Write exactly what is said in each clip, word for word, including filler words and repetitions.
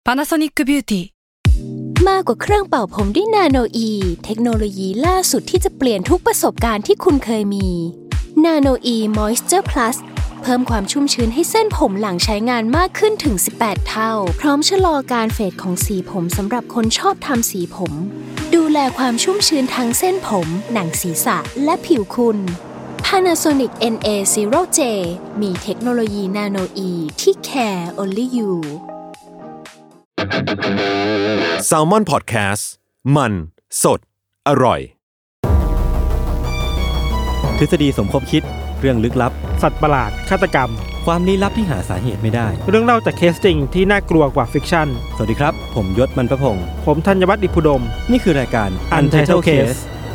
Panasonic Beauty มากกว่าเครื่องเป่าผมด้วยนาโนอีเทคโนโลยีล่าสุดที่จะเปลี่ยนทุกประสบการณ์ที่คุณเคยมีนาโนอีมอยส์เจอร์พลัสเพิ่มความชุ่มชื้นให้เส้นผมหลังใช้งานมากขึ้นถึงสิบแปดเท่าพร้อมชะลอการเฟดของสีผมสำหรับคนชอบทำสีผมดูแลความชุ่มชื้นทั้งเส้นผมหนังศีรษะและผิวคุณ Panasonic เอ็น เอ ศูนย์ เจ มีเทคโนโลยีนาโนอีที่ care only you Salmon Podcast มันสดอร่อยทฤษฎีสมคบคิดเรื่องลึกลับสัตว์ประหลาดฆาตกรรมความลี้ลับที่หาสาเหตุไม่ได้เรื่องเล่าจากเคสจริงที่น่ากลัวกว่าฟิกชั่นสวัสดีครับผมยศมันประพงษ์ผมธัญวัฒน์อิพุดมนี่คือรายการ Untitled Case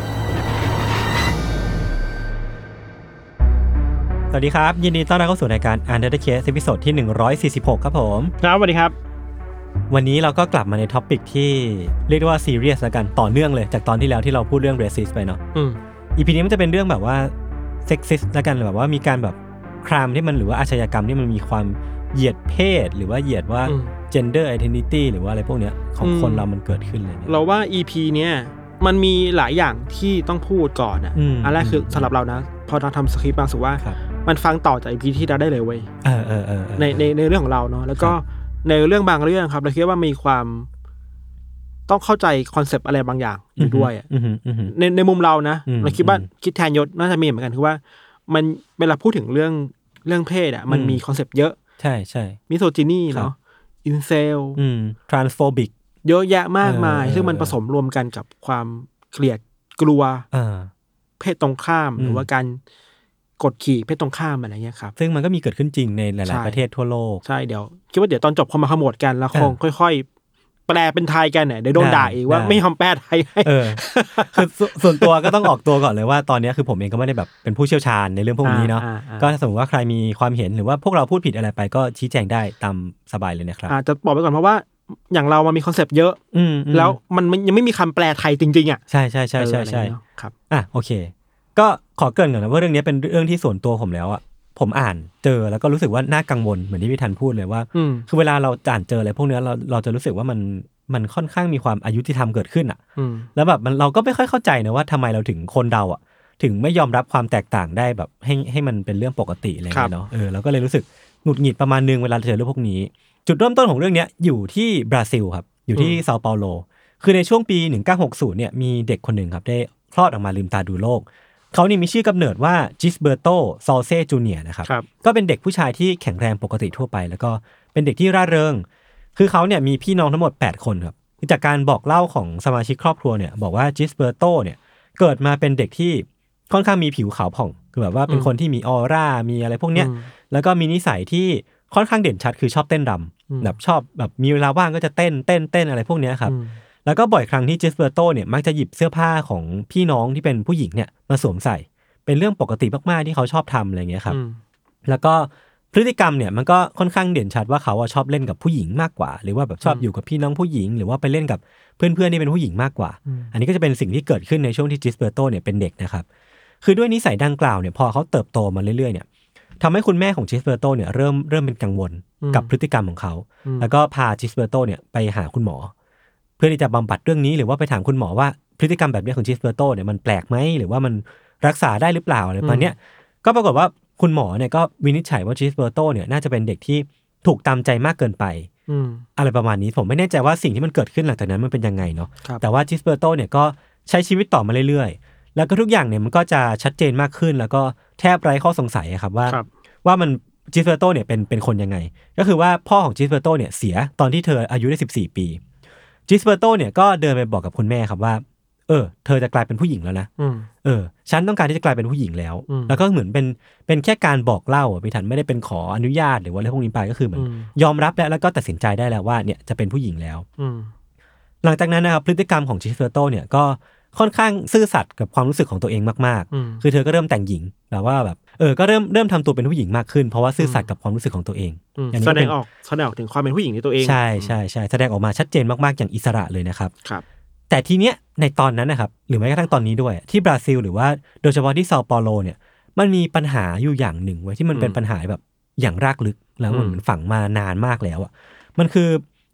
สวัสดีครับยินดีต้อนรับเข้าสู่รายการ Untitled Case ตอนที่หนึ่งร้อยสี่สิบหกครับผมครับสวัสดีครับวันนี้เราก็กลับมาในท็อปิกที่เรียกได้ว่าซีเรียสแล้วกันต่อเนื่องเลยจากตอนที่แล้วที่เราพูดเรื่องเรสซิสไปเนาะอืม อี พี นี้มันจะเป็นเรื่องแบบว่าเซ็กซิสแล้วกันแบบว่ามีการแบบครามที่มันหรือว่าอาชญากรรมที่มันมีความเหยียดเพศหรือว่าเหยียดว่า gender identity หรือว่าอะไรพวกเนี้ยของคนเรามันเกิดขึ้นเลยเราว่า อี พี เนี้ยมันมีหลายอย่างที่ต้องพูดก่อนอ่ะอันแรกคือสำหรับเรานะพอเราทำสคริปต์มาสุว่ามันฟังต่อจาก อี พี ที่เราได้เลยเว้ยเออเออเออในในในเรื่องของเราเนาะแล้วก็ในเรื่องบางเรื่องครับเราคิดว่ามีความต้องเข้าใจคอนเซปต์อะไรบางอย่างอยู่ด้วยในในมุมเรานะเราคิดว่าคิดแทนยศน่าจะมีเหมือนกันคือว่ามันเวลาพูดถึงเรื่องเรื่องเพศอ่ะมันมีคอนเซปต์เยอะใช่ใช่มิโซจินีเนาะอินเซลทรานส์โฟบิกเยอะแยะมากมายซึ่งมันผสมรวมกันกับความเกลียดกลัวเพศตรงข้ามหรือว่าการกดขี่เพศตรงข้ามอะไรเงี้ยครับซึ่งมันก็มีเกิดขึ้นจริงในหลายๆประเทศทั่วโลกใช่เดี๋ยวคิดว่าเดี๋ยวตอนจบคงมาขมวดกันแล้วคงค่อยๆแปลเป็นไทยกันเนี่ยเดี๋ยวโดนด่าอีกว่าไม่ยอมแปลไทยให้คือส่วนตัวก็ต้องออกตัวก่อนเลยว่าตอนนี้คือผมเองก็ไม่ได้แบบเป็นผู้เชี่ยวชาญในเรื่องพวกนี้เนาะก็ถ้าสมมติว่าใครมีความเห็นหรือว่าพวกเราพูดผิดอะไรไปก็ชี้แจงได้ตามสบายเลยนะครับอาจจะบอกไปก่อนเพราะว่าอย่างเรามันมีคอนเซปต์เยอะแล้วมันยังไม่มีคำแปลไทยจริงๆอ่ะใช่ใช่ใช่ใช่ใช่ครับอ่ะโอเคก็ขอเกริ่นก่อนนะว่าเรื่องนี้เป็นเรื่องที่ส่วนตัวผมแล้วอ่ะผมอ่านเจอแล้วก็รู้สึกว่าน่ากังวลเหมือนที่พี่ทันพูดเลยว่าคือเวลาเราอ่านเจออะไรพวกนี้เราเราจะรู้สึกว่ามันมันค่อนข้างมีความอายุที่ทำเกิดขึ้นอ่ะแล้วแบบมันเราก็ไม่ค่อยเข้าใจนะว่าทำไมเราถึงคนเราอ่ะถึงไม่ยอมรับความแตกต่างได้แบบให้ให้มันเป็นเรื่องปกติอะไรอย่างเงี้ยเนาะเออเราก็เลยรู้สึกหงุดหงิดประมาณนึงเวลาเจอเรื่องพวกนี้จุดเริ่มต้นของเรื่องนี้อยู่ที่บราซิลครับอยู่ที่เซาเปาโลคือในช่วงปีหนึ่งเก้าหกศูนย์เนี่ยมีเด็กคนหนึ่งครับได้คลอดออกมาลืมตาดูโลกเขานี่มีชื่อกำเนิดว่าจิสเบอร์โตซอลเซ่จูเนียร์นะครับก็เป็นเด็กผู้ชายที่แข็งแรงปกติทั่วไปแล้วก็เป็นเด็กที่ร่าเริงคือเขาเนี่ยมีพี่น้องทั้งหมดแปดคนครับจากการบอกเล่าของสมาชิกครอบครัวเนี่ยบอกว่าจิสเบอร์โตเนี่ยเกิดมาเป็นเด็กที่ค่อนข้างมีผิวขาวผ่องคือแบบว่าเป็นคนที่มีออร่ามีอะไรพวกเนี้ยแล้วก็มีนิสัยที่ค่อนข้างเด่นชัดคือชอบเต้นรำแบบชอบแบบมีเวลาว่างก็จะเต้นเต้นเต้นอะไรพวกเนี้ยครับแล้วก็บ่อยครั้งที่จิสเบอร์โตเนี่ยมักจะหยิบเสื้อผ้าของพี่น้องที่เป็นผู้หญิงเนี่ยมาสวมใส่เป็นเรื่องปกติมากๆที่เขาชอบทำอะไรเงี้ยครับแล้วก็พฤติกรรมเนี่ยมันก็ค่อนข้างเด่นชัดว่าเขาชอบเล่นกับผู้หญิงมากกว่าหรือว่าแบบชอบอยู่กับพี่น้องผู้หญิงหรือว่าไปเล่นกับเพื่อนๆที่เป็นผู้หญิงมากกว่าอันนี้ก็จะเป็นสิ่งที่เกิดขึ้นในช่วงที่จิสเบอร์โตเนี่ยเป็นเด็กนะครับคือด้วยนิสัยดังกล่าวเนี่ยพอเขาเติบโตมาเรื่อยๆเนี่ยทำให้คุณแม่ของจิสเบอร์โตเนี่ยเริ่มเริ่มเป็นกังวลกับพฤติกรรมของเขาแล้วก็พาจิสเบอร์โตเนี่ยไปหาคุณหมอเพื่อที่จะบำบัดเรื่องนี้หรือว่าไปถามคุณหมอว่าพฤติกรรมแบบนี้ของจิสเบอร์โตเนี่ยมันแปลกไหมหรือว่ามันรักษาได้หรือเปล่าอะไรประมาณนี้ก็ปรากฏว่าคุณหมอเนี่ยก็วินิจฉัยว่าจิสเบอร์โตเนี่ยน่าจะเป็นเด็กที่ถูกตามใจมากเกินไปอะไรประมาณนี้ผมไม่แน่ใจว่าสิ่งที่มันเกิดขึ้นหลังจากนั้นมันเป็นยังไงเนาะแต่ว่าจิสเบอร์โตเนี่ยก็ใช้ชีวิตต่อมาเรื่อยๆแล้วก็ทุกอย่างเนี่ยมันก็จะชัดเจนมากขึ้นแล้วก็แทบไร้ข้อสงสัยครับว่าว่ามันจิสเบอร์โตเนี่ยเป็นเป็นคนยังไงก็คือว่าพ่อของจิสเบอร์โตเนี่ยเสียตอนที่เธออายุได้สิบสี่ปีจิสเบอร์โตเนี่ยก็เดินไปบอกกับคุณแม่ครับว่าเออเธอจะกลายเป็นผู้หญิงแล้วนะเออฉันต้องการที่จะกลายเป็นผู้หญิงแล้วแล้วก็เหมือนเป็นเป็นแค่การบอกเล่าอ่ะพี่ทันไม่ได้เป็นขออนุญาตหรือว่าอะไรพวกนี้ไปก็คือเหมือนยอมรับแล้วแล้วก็ตัดสินใจได้แล้วว่าเนี่ยจะเป็นผู้หญิงแล้วหลังจากนั้นนะครับพฤติกรรมของจิสเบอร์โตเนี่ยก็ค่อนข้างซื่อสัตย์กับความรู้สึกของตัวเองมากๆคือเธอก็เริ่มแต่งหญิงแบบว่าแบบเออก็เริ่มเริ่มทำตัวเป็นผู้หญิงมากขึ้นเพราะว่าซื่อสัตย์กับความรู้สึกของตัวเองแสดงออกแสดงออกถึงความเป็นผู้หญิงในตัวเองใช่ใช่ใช่แสดงออกมาชัดเจนมากๆอย่างอิสระเลยนะครับครับแต่ทีเนี้ยในตอนนั้นนะครับหรือแม้กระทั่งตอนนี้ด้วยที่บราซิลหรือว่าโดยเฉพาะที่เซาเปาโลเนี่ยมันมีปัญหาอยู่อย่างหนึ่งไว้ที่มันเป็นปัญหาแบบอย่างรากลึกแล้วมันฝังมานานมากแล้วอ่ะมันคือ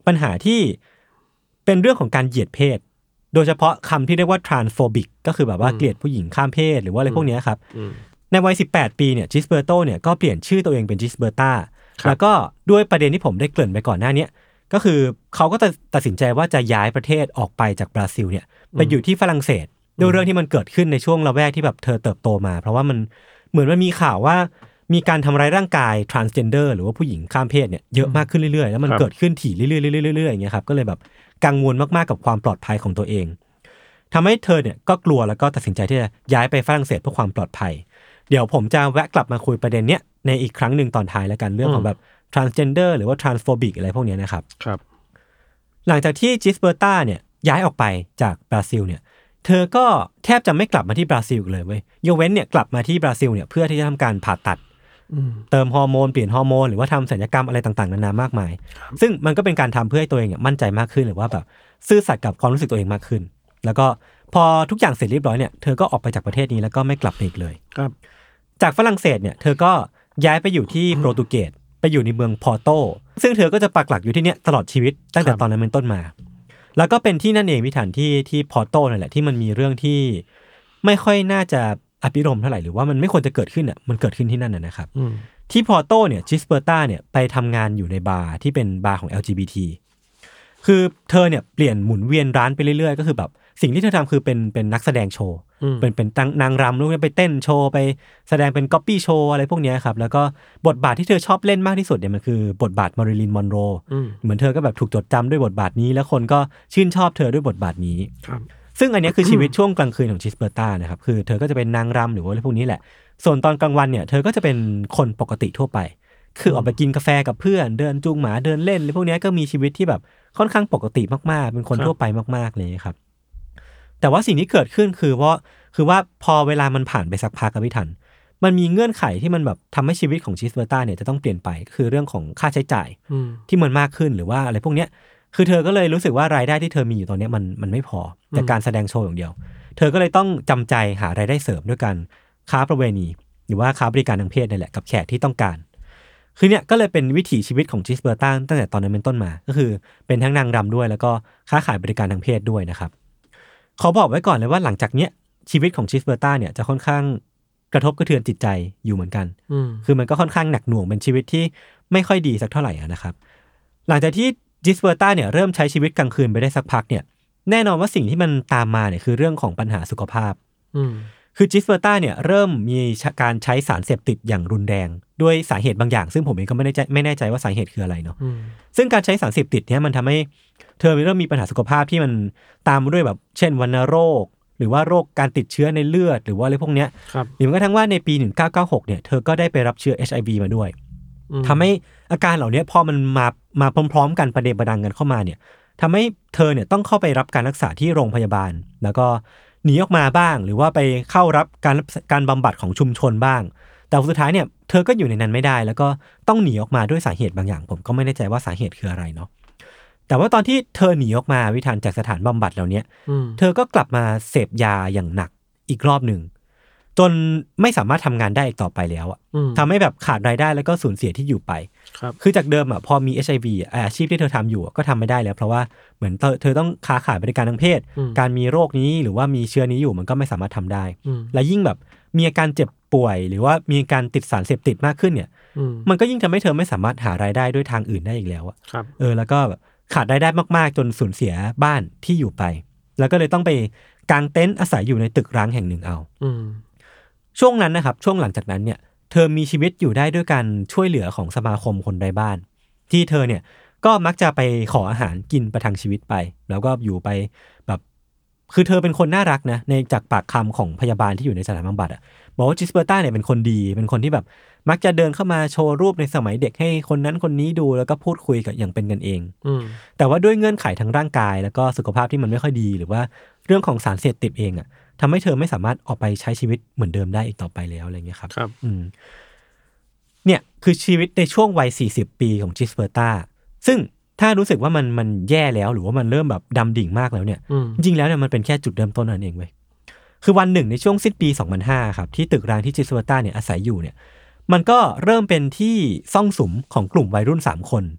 ปัญหาที่เป็นเรื่องของการเหยียดเพศโดยเฉพาะคำที่เรียกว่า transphobic ก็คือแบบว่าเกลียดผู้หญิงข้ามเพศหรือว่าอะไรพวกนี้ครับในวัยสิบแปดปีเนี่ยจิสเบอร์โตเนี่ยก็เปลี่ยนชื่อตัวเองเป็นจิสเบอร์ตาแล้วก็ด้วยประเด็นที่ผมได้เกริ่นไปก่อนหน้านี้ก็คือเขาก็ตัดสินใจว่าจะย้ายประเทศออกไปจากบราซิลเนี่ยไปอยู่ที่ฝรั่งเศสด้วยเรื่องที่มันเกิดขึ้นในช่วงละแวกที่แบบเธอเติบโตมาเพราะว่ามันเหมือนมันมีข่าวว่ามีการทำร้ายร่างกาย transgender หรือว่าผู้หญิงข้ามเพศเนี่ยเยอะมากขึ้นเรื่อยๆแล้วมันเกิดขึ้นถี่เรื่อยๆเรื่อยๆอย่างเงี้ยครับก็เลยแบบกังวลมากๆกับความปลอดภัยของตัวเองทำให้เธอเนี่ยก็กลัวแล้วก็ตัดสินใจที่จะย้ายไปฝรั่งเศสเพื่อความปลอดภัยเดี๋ยวผมจะแวะกลับมาคุยประเด็นเนี้ยในอีกครั้งหนึ่งตอนท้ายแล้วกันเรื่องของแบบ transgender หรือว่า transphobic อะไรพวกนี้นะครับครับหลังจากที่จิสเบอร์ตาเนี่ยย้ายออกไปจากบราซิลเนี่ยเธอก็แทบจะไม่กลับมาที่บราซิลเลยเว้ยยกเว้นเนี่ยกลับมาที่บราซิลเนี่ยเพื่อที่จะทำการผ่าตัดเติมฮอร์โมนเปลี่ยนฮอร์โมนหรือว่าทำศัลยกรรมอะไรต่างๆนานามากมายซึ่งมันก็เป็นการทำเพื่อให้ตัวเองเนี่ยมั่นใจมากขึ้นหรือว่าแบบซื่อสัตย์กับความรู้สึกตัวเองมากขึ้นแล้วก็พอทุกอย่างเสร็จเรียบร้อยเนี่ยเธอก็ออกไปจากประเทศนี้แล้วก็ไม่กลับมาอีกเลยครับจากฝรั่งเศสเนี่ยเธอก็ย้ายไปอยู่ที่โปรตุเกสไปอยู่ในเมืองพอร์โตซึ่งเธอก็จะปักหลักอยู่ที่นี่ตลอดชีวิตตั้งแต่ตอนนั้นเป็นต้นมาแล้วก็เป็นที่นั่นเองพี่ถันที่ที่พอร์โตนั่นแหละที่มันมีเรื่องที่ไม่ค่อยน่าจะอภิรมย์เท่าไหร่หรือว่ามันไม่ควรจะเกิดขึ้นอ่ะมันเกิดขึ้นที่นั่นนะครับที่พอร์โตเนี่ยจิสเบอร์ตาเนี่ยไปทำงานอยู่ในบาร์ที่เป็นบาร์ของ แอล จี บี ที คือเธอเนี่ยเปลี่ยนหมุนเวียนร้านไปเรื่อยๆก็คือแบบสิ่งที่เธอทำคือเป็นเป็นนักแสดงโชว์เป็นเป็นนางรำลูกไปเต้นโชว์ไปแสดงเป็นก๊อปปี้โชว์อะไรพวกนี้ครับแล้วก็บทบาทที่เธอชอบเล่นมากที่สุดเนี่ยมันคือบทบาทมาริลีนมอนโรเหมือนเธอก็แบบถูกจดจำด้วยบทบาทนี้แล้วคนก็ชื่นชอบเธอด้วยบทบาทนี้ซึ่งอันนี้คือชีวิตช่วงกลางคืนของจิสเบอร์ตานะครับคือเธอก็จะเป็นนางรำหรือว่าอะไรพวกนี้แหละส่วนตอนกลางวันเนี่ยเธอก็จะเป็นคนปกติทั่วไปคือออกไปกินกาแฟกับเพื่อนเดินจูงหมาเดินเล่นอะไรพวกนี้ก็มีชีวิตที่แบบค่อนข้างปกติมากๆเป็นคนทั่วไปมากๆเลยครับแต่ว่าสิ่งที่เกิดขึ้นคือว่าคือว่าพอเวลามันผ่านไปสักพักกับพี่ทันมันมีเงื่อนไขที่มันแบบทำให้ชีวิตของจิสเบอร์ตาเนี่ยจะต้องเปลี่ยนไปคือเรื่องของค่าใช้จ่ายที่มันมากขึ้นหรือว่าอะไรพวกนี้คือเธอก็เลยรู้สึกว่ารายได้ที่เธอมีอยู่ตอนนี้มันมันไม่พอจากการแสดงโชว์อย่างเดียวเธอก็เลยต้องจำใจหารายได้เสริมด้วยการค้าประเวณีหรือว่าค้าบริการทางเพศนี่แหละกับแขกที่ต้องการคือเนี่ยก็เลยเป็นวิถีชีวิตของจิสเบอร์ตาตั้งแต่ตอนนั้นเป็นต้นมาก็คือเป็นทั้งนางรำด้วยแล้วก็ค้าขายบริการทางเพศด้วยนะครับขอบอกไว้ก่อนเลยว่าหลังจากเนี้ยชีวิตของจิสเบอร์ตาเนี่ยจะค่อนข้างกระทบกระเทือนจิตใจอยู่เหมือนกันคือมันก็ค่อนข้างหนักหน่วงเป็นชีวิตที่ไม่ค่อยดีสักเท่าไหร่นะครับหลังจากที่จิสเบอร์ตาเนี่ยเริ่มใช้ชีวิตกลางคืนไปได้สักพักเนี่ยแน่นอนว่าสิ่งที่มันตามมาเนี่ยคือเรื่องของปัญหาสุขภาพคือจิสเบอร์ตาเนี่ยเริ่มมีการใช้สารเสพติดอย่างรุนแรงด้วยสาเหตุบางอย่างซึ่งผมเองก็ไม่แน่ใจไม่แน่ใจว่าสาเหตุคืออะไรเนาะซึ่งการใช้สารเสพติดเนี่ยมันทำให้เธอเริ่มมีปัญหาสุขภาพที่มันตามมาด้วยแบบเช่นวัณโรคหรือว่าโรคการติดเชื้อในเลือดหรือว่าอะไรพวกเนี้ยหรือแม้กระทั่งว่าในปีหนึ่งพันเก้าร้อยเก้าสิบหกเนี่ยเธอก็ได้ไปรับเชื้อ เอช ไอ วี มาด้วยทำให้อาการเหล่านี้พอมันมามาพร้อมๆกันประเดประดังกันเข้ามาเนี่ยทำให้เธอเนี่ยต้องเข้าไปรับการรักษาที่โรงพยาบาลแล้วก็หนีออกมาบ้างหรือว่าไปเข้ารับการการบำบัดของชุมชนบ้างแต่สุดท้ายเนี่ยเธอก็อยู่ในนั้นไม่ได้แล้วก็ต้องหนีออกมาด้วยสาเหตุบางอย่างผมก็ไม่แน่ใจว่าสาเหตุคืออะไรเนาะแต่ว่าตอนที่เธอหนีออกมาวิธานจากสถานบำบัดเหล่านี้เธอก็กลับมาเสพยาอย่างหนักอีกรอบหนึ่งจนไม่สามารถทำงานได้อีกต่อไปแล้วอ่ะทำให้แบบขาดรายได้แล้วก็สูญเสียที่อยู่ไปคือจากเดิมอ่ะพอมี เอช ไอ วี อาชีพที่เธอทำอยู่ก็ทำไม่ได้แล้วเพราะว่าเหมือนเธอเธอต้องค้าขายบริการทางเพศการมีโรคนี้หรือว่ามีเชื้อนี้อยู่มันก็ไม่สามารถทำได้และยิ่งแบบมีอาการเจ็บป่วยหรือว่ามีการติดสารเสพติดมากขึ้นเนี่ยมันก็ยิ่งทำให้เธอไม่สามารถหารายได้ด้วยทางอื่นได้อีกแล้วอ่ะเออแล้วก็ขาดรายได้มากๆจนสูญเสียบ้านที่อยู่ไปแล้วก็เลยต้องไปกางเต็นท์อาศัยอยู่ในตึกร้างแห่งหนึ่งเอาช่วงนั้นนะครับช่วงหลังจากนั้นเนี่ยเธอมีชีวิตอยู่ได้ด้วยการช่วยเหลือของสมาคมคนไร้บ้านที่เธอเนี่ยก็มักจะไปขออาหารกินประทังชีวิตไปแล้วก็อยู่ไปแบบคือเธอเป็นคนน่ารักนะในจากปากคำของพยาบาลที่อยู่ในสถานบำบัดอ่ะบอกว่าจิสเบอร์ตาเนี่ยเป็นคนดีเป็นคนที่แบบมักจะเดินเข้ามาโชว์รูปในสมัยเด็กให้คนนั้นคนนี้ดูแล้วก็พูดคุยกับอย่างเป็นกันเองแต่ว่าด้วยเงื่อนไขทางร่างกายแล้วก็สุขภาพที่มันไม่ค่อยดีหรือว่าเรื่องของสารเสพติดเองอ่ะทำให้เธอไม่สามารถออกไปใช้ชีวิตเหมือนเดิมได้อีกต่อไปแล้วอะไรเงี้ยครับครับอืมเนี่ยคือชีวิตในช่วงวัยสี่สิบปีของจิสเบอร์ตาซึ่งถ้ารู้สึกว่ามันมันแย่แล้วหรือว่ามันเริ่มแบบดำดิ่งมากแล้วเนี่ยจริงๆแล้วเนี่ยมันเป็นแค่จุดเริ่มต้นนั่นเองเว้ยคือวันหนึ่งในช่วงสิ้นปีสองพันห้าครับที่ตึกร้างที่จิสเบอร์ตาเนี่ยอาศัยอยู่เนี่ยมันก็เริ่มเป็นที่ซ่องสุมของกลุ่มวัยรุ่นสามคน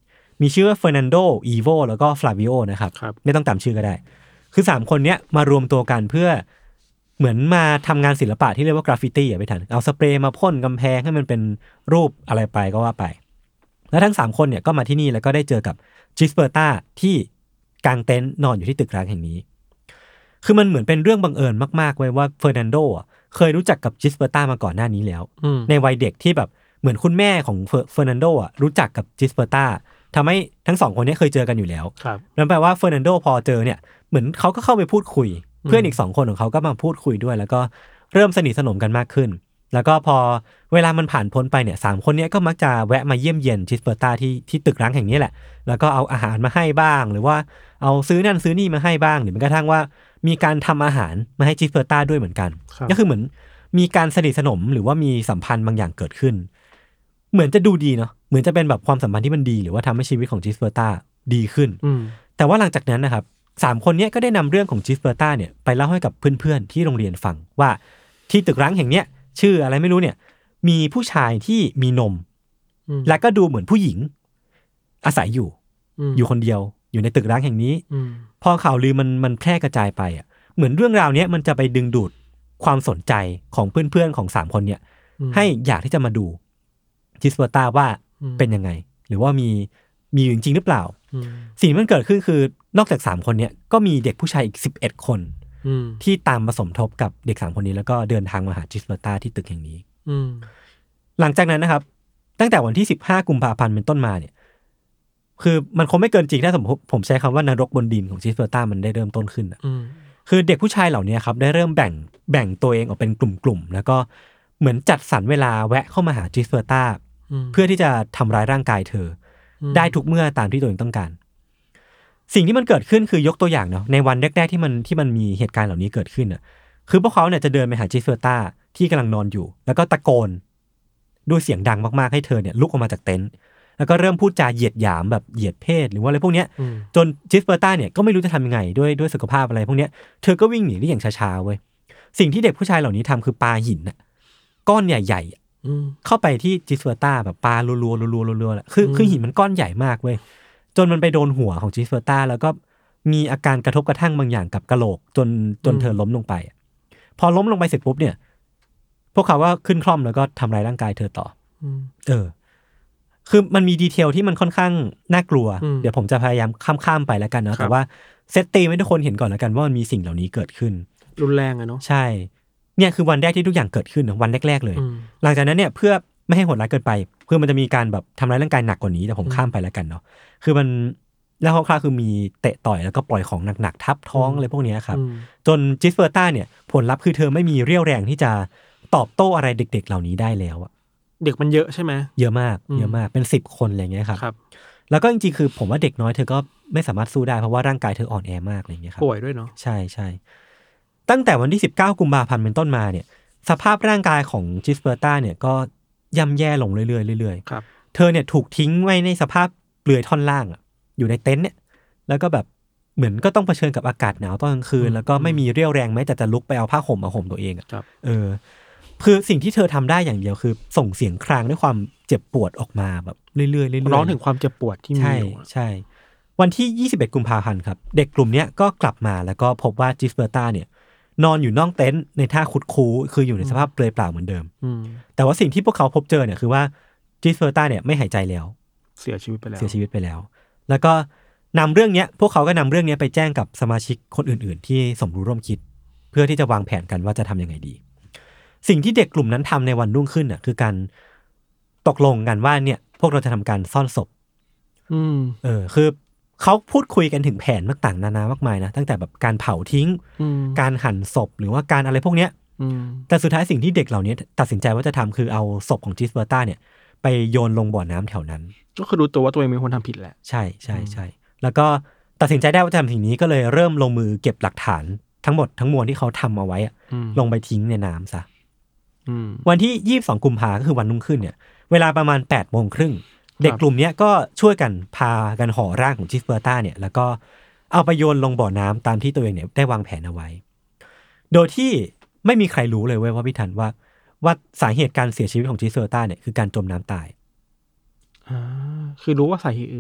มีชื่อว่าเฟอร์นันโดอีโวแล้วก็ฟลาวิโอนะครับไม่ต้องจำชื่อก็ได้คือสามคนเนี้ยมารวมตัวกันเพื่อเหมือนมาทำงานศิลปะที่เรียกว่ากราฟฟิตี้อ่ะไปทันเอาสเปรย์มาพ่นกำแพงให้มันเป็นรูปอะไรไปก็ว่าไปแล้วทั้งสามคนเนี่ยก็มาที่นี่แล้วก็ได้เจอกับจิสเปอร์ตาที่กางเต็นท์นอนอยู่ที่ตึกร้างแห่งนี้คือมันเหมือนเป็นเรื่องบังเอิญมากๆเว้ยว่าเฟอร์นันโดอ่ะเคยรู้จักกับจิสเปอร์ตามาก่อนหน้านี้แล้วในวัยเด็กที่แบบเหมือนคุณแม่ของเฟอร์นันโดอ่ะรู้จักกับจิสเปอร์ตาทำให้ทั้งสองคนนี้เคยเจอกันอยู่แล้วนั่นแปลว่าเฟอร์นันโดพอเจอเนี่ยเหมือนเขาก็เข้าไปพูดคุยเพื่อนอีกสองคนของเขาก็มาพูดคุยด้วยแล้วก็เริ่มสนิทสนมกันมากขึ้นแล้วก็พอเวลามันผ่านพ้นไปเนี่ยสามคนนี้ก็มักจะแวะมาเยี่ยมเยียนจิสเปอร์ตาที่ที่ตึกร้างแห่งนี้แหละแล้วก็เอาอาหารมาให้บ้างหรือว่าเอาซื้อนั่นซื้อนี่มาให้บ้างหรือแม้กระทั่งว่ามีการทำอาหารมาให้จิสเปอร์ตาด้วยเหมือนกันก็คือเหมือนมีการสนิทสนมหรือว่ามีสัมพันธ์บางอย่างเกิดขึ้นเหมือนจะดูดีเนาะเหมือนจะเป็นแบบความสัมพันธ์ที่มันดีหรือว่าทำให้ชีวิตของจิสเปอร์ตาดีขึ้นแต่ว่าหลังจากนั้นนะครับสามคนนี้ก็ได้นำเรื่องของจิสเปอร์ตาเนี่ยไปเล่าให้กับเพื่อนๆที่โรงเรียนฟังว่าที่ตึกร้างแห่งเนี้ยชื่ออะไรไม่รู้เนี่ยมีผู้ชายที่มีนมและก็ดูเหมือนผู้หญิงอาศัยอยู่อยู่คนเดียวอยู่ในตึกร้างแห่งนี้พอข่าวลือมันมันแพร่กระจายไปอ่ะเหมือนเรื่องราวนี้มันจะไปดึงดูดความสนใจของเพื่อนๆของสามคนเนี่ยให้อยากที่จะมาดูจิสเปอร์ตาว่าเป็นยังไงหรือว่ามีมีจริงหรือเปล่าสิ่งที่มันเกิดขึ้นคือนอกจากสามคนเนี่ยก็มีเด็กผู้ชายอีกสิบเอ็ดคนที่ตามมาสมทบกับเด็กสามคนนี้แล้วก็เดินทางมาหาจิสเปอร์ตาที่ตึกแห่งนี้หลังจากนั้นนะครับตั้งแต่วันที่สิบห้ากุมภาพันธ์เป็นต้นมาเนี่ยคือมันคงไม่เกินจริงถ้าสมมติผมใช้คำว่านรกบนดินของจิสเปอร์ตามันได้เริ่มต้นขึ้นอ่ะคือเด็กผู้ชายเหล่านี้ครับได้เริ่มแบ่งแบ่งตัวเองออกเป็นกลุ่มๆแล้วก็เหมือนจัดสรรเวลาแวะเข้ามาหาจิสเปอร์ตาเพื่อที่จะทำร้ายร่างกายเธอได้ทุกเมื่อตามที่ตัวเองต้องการสิ่งที่มันเกิดขึ้นคือยกตัวอย่างเนาะในวันแรกๆที่มันที่มันมีเหตุการณ์เหล่านี้เกิดขึ้นอ่ะคือพวกเขาเนี่ยจะเดินไปหาจิสเปอร์ตาที่กำลังนอนอยู่แล้วก็ตะโกนด้วยเสียงดังมากๆให้เธอเนี่ยลุกออกมาจากเต็นท์แล้วก็เริ่มพูดจาเหยียดหยามแบบเหยียดเพศหรือว่าอะไรพวกเนี้ยจนจิสเปอร์ตาเนี่ยก็ไม่รู้จะทำยังไงด้วยด้วยสุขภาพอะไรพวกเนี้ยเธอก็วิ่งหนีได้อย่างช้าๆเว้ยสิ่งที่เด็กผู้ชายเหล่านี้ทำคือปาหินน่ะก้อนใหญ่ๆเข้าไปที่จิสเปอร์ตาแบบปารัวๆรัวๆรัวๆแหละคือคือหินมันก้อนใหญ่มากเว้ยจนมันไปโดนหัวของจิสเปอร์ตาแล้วก็มีอาการกระทบกระทั่งบางอย่างกับกะโหลกจนจนเธอล้มลงไปพอล้มลงไปเสร็จปุ๊บเนี่ยพวกเขาก็ขึ้นคล่อมแล้วก็ทำร้ายร่างกายเธอต่อเออคือมันมีดีเทลที่มันค่อนข้างน่ากลัวเดี๋ยวผมจะพยายามข้ามๆไปแล้วกันนะแต่ว่าเซตตีให้ทุกคนเห็นก่อนแล้วกันว่ามันมีสิ่งเหล่านี้เกิดขึ้นรุนแรงอะเนาะใช่เนี่ยคือวันแรกที่ทุกอย่างเกิดขึ้นวันแรกๆเลยหลังจากนั้นเนี่ยเพื่อไม่ให้โหดร้ายเกินไปเพื่อมันจะมีการแบบทำร้ายร่างกายหนักกว่านี้แต่ผมข้ามไปแล้วกันเนาะคือมันแล้วคร่าวๆคือมีเตะต่อยแล้วก็ปล่อยของหนักๆทับท้องอะไรพวกนี้ครับจนจิสเปอร์ตาเนี่ยผลลัพธ์คือเธอไม่มีเรี่ยวแรงที่จะตอบโต้อะไรเด็กๆเหล่านี้ได้แล้วอะเด็กมันเยอะใช่ไหมเยอะมากเยอะมากเป็นสิบคนอะไรเงี้ยครับครับแล้วก็จริงๆคือผมว่าเด็กน้อยเธอก็ไม่สามารถสู้ได้เพราะว่าร่างกายเธออ่อนแอมากอะไรเงี้ยครับป่วยด้วยเนาะใช่ใช่ตั้งแต่วันที่สิบเก้ากุมภาพันธ์เป็นต้นมาเนี่ยสภาพร่างกายของจิสเปอร์ตาเนี่ยก็ย่ำแย่ลงเรื่อยๆเรื่อยๆเธอเนี่ยถูกทิ้งไว้ในสภาพเปลือยท่อนล่างอ่ะอยู่ในเต็นท์เนี่ยแล้วก็แบบเหมือนก็ต้องเผชิญกับอากาศหนาวตอนกลางคืนแล้วก็ไม่มีเรี่ยวแรงแม้แต่จะลุกไปเอาผ้าห่มมาห่มตัวเองอ่ะเออคือสิ่งที่เธอทำได้อย่างเดียวคือส่งเสียงครางด้วยความเจ็บปวดออกมาแบบเรื่อยๆเรื่อยๆร้องถึงความเจ็บปวดที่มีใช่ใช่วันที่ยี่สิบเอ็ดกุมภาพันธ์ครับเด็กกลุ่มนี้ก็กลับมาแล้วก็พบว่าจิสเปอร์ตาเนี่ยนอนอยู่นอกเต็นท์ในท่าคุดคู้คืออยู่ในสภาพเปลือยเปล่าเหมือนเดิมแต่ว่าสิ่งที่พวกเขาพบเจอเนี่ยคือว่าจิสเปอร์ตาเนี่ยไม่หายใจแล้วเสียชีวิตไปแล้วเสียชีวิตไปแล้วแล้วก็นำเรื่องนี้พวกเขาก็นำเรื่องนี้ไปแจ้งกับสมาชิกคนอื่นๆที่สมรู้ร่วมคิดเพื่อที่จะวางแผนกันว่าจะทำยังไงดีสิ่งที่เด็กกลุ่มนั้นทำในวันรุ่งขึ้นน่ะคือการตกลงกันว่าเนี่ยพวกเราจะทำการซ่อนศพอืมเออคือเขาพูดคุยกันถึงแผนต่างๆนานามากมายนะตั้งแต่แบบการเผาทิ้งการหั่นศพหรือว่าการอะไรพวกเนี้ยแต่สุดท้ายสิ่งที่เด็กเหล่านี้ตัดสินใจว่าจะทำคือเอาศพของจิสเปอร์ตาเนี่ยไปโยนลงบ่อน้ำแถวนั้นก็คือรู้ตัวว่าตัวเองเป็นคนทำผิดแหละใช่ใช่ใช่แล้วก็ตัดสินใจได้ว่าจะทำสิ่งนี้ก็เลยเริ่มลงมือเก็บหลักฐานทั้งหมดทั้งมวลที่เขาทำเอาไว้ลงไปทิ้งในน้ำซะวันที่ยี่สิบสองกุมภาพันธ์ก็คือวันรุ่งขึ้นเนี่ยเวลาประมาณแปดโมงครึ่งเด็กกลุ่มนี้ก็ช่วยกันพากันห่อร่างของจิสเปอร์ตาเนี่ยแล้วก็เอาไปโยนลงบ่อน้ำตามที่ตัวเองเนี่ยได้วางแผนเอาไว้โดยที่ไม่มีใครรู้เลยเว้ยว่าพี่ทันว่าว่าสาเหตุการเสียชีวิตของจิสเปอร์ตาเนี่ยคือการจมน้ำตายอ่าคือรู้ว่าสาเหตุอื่น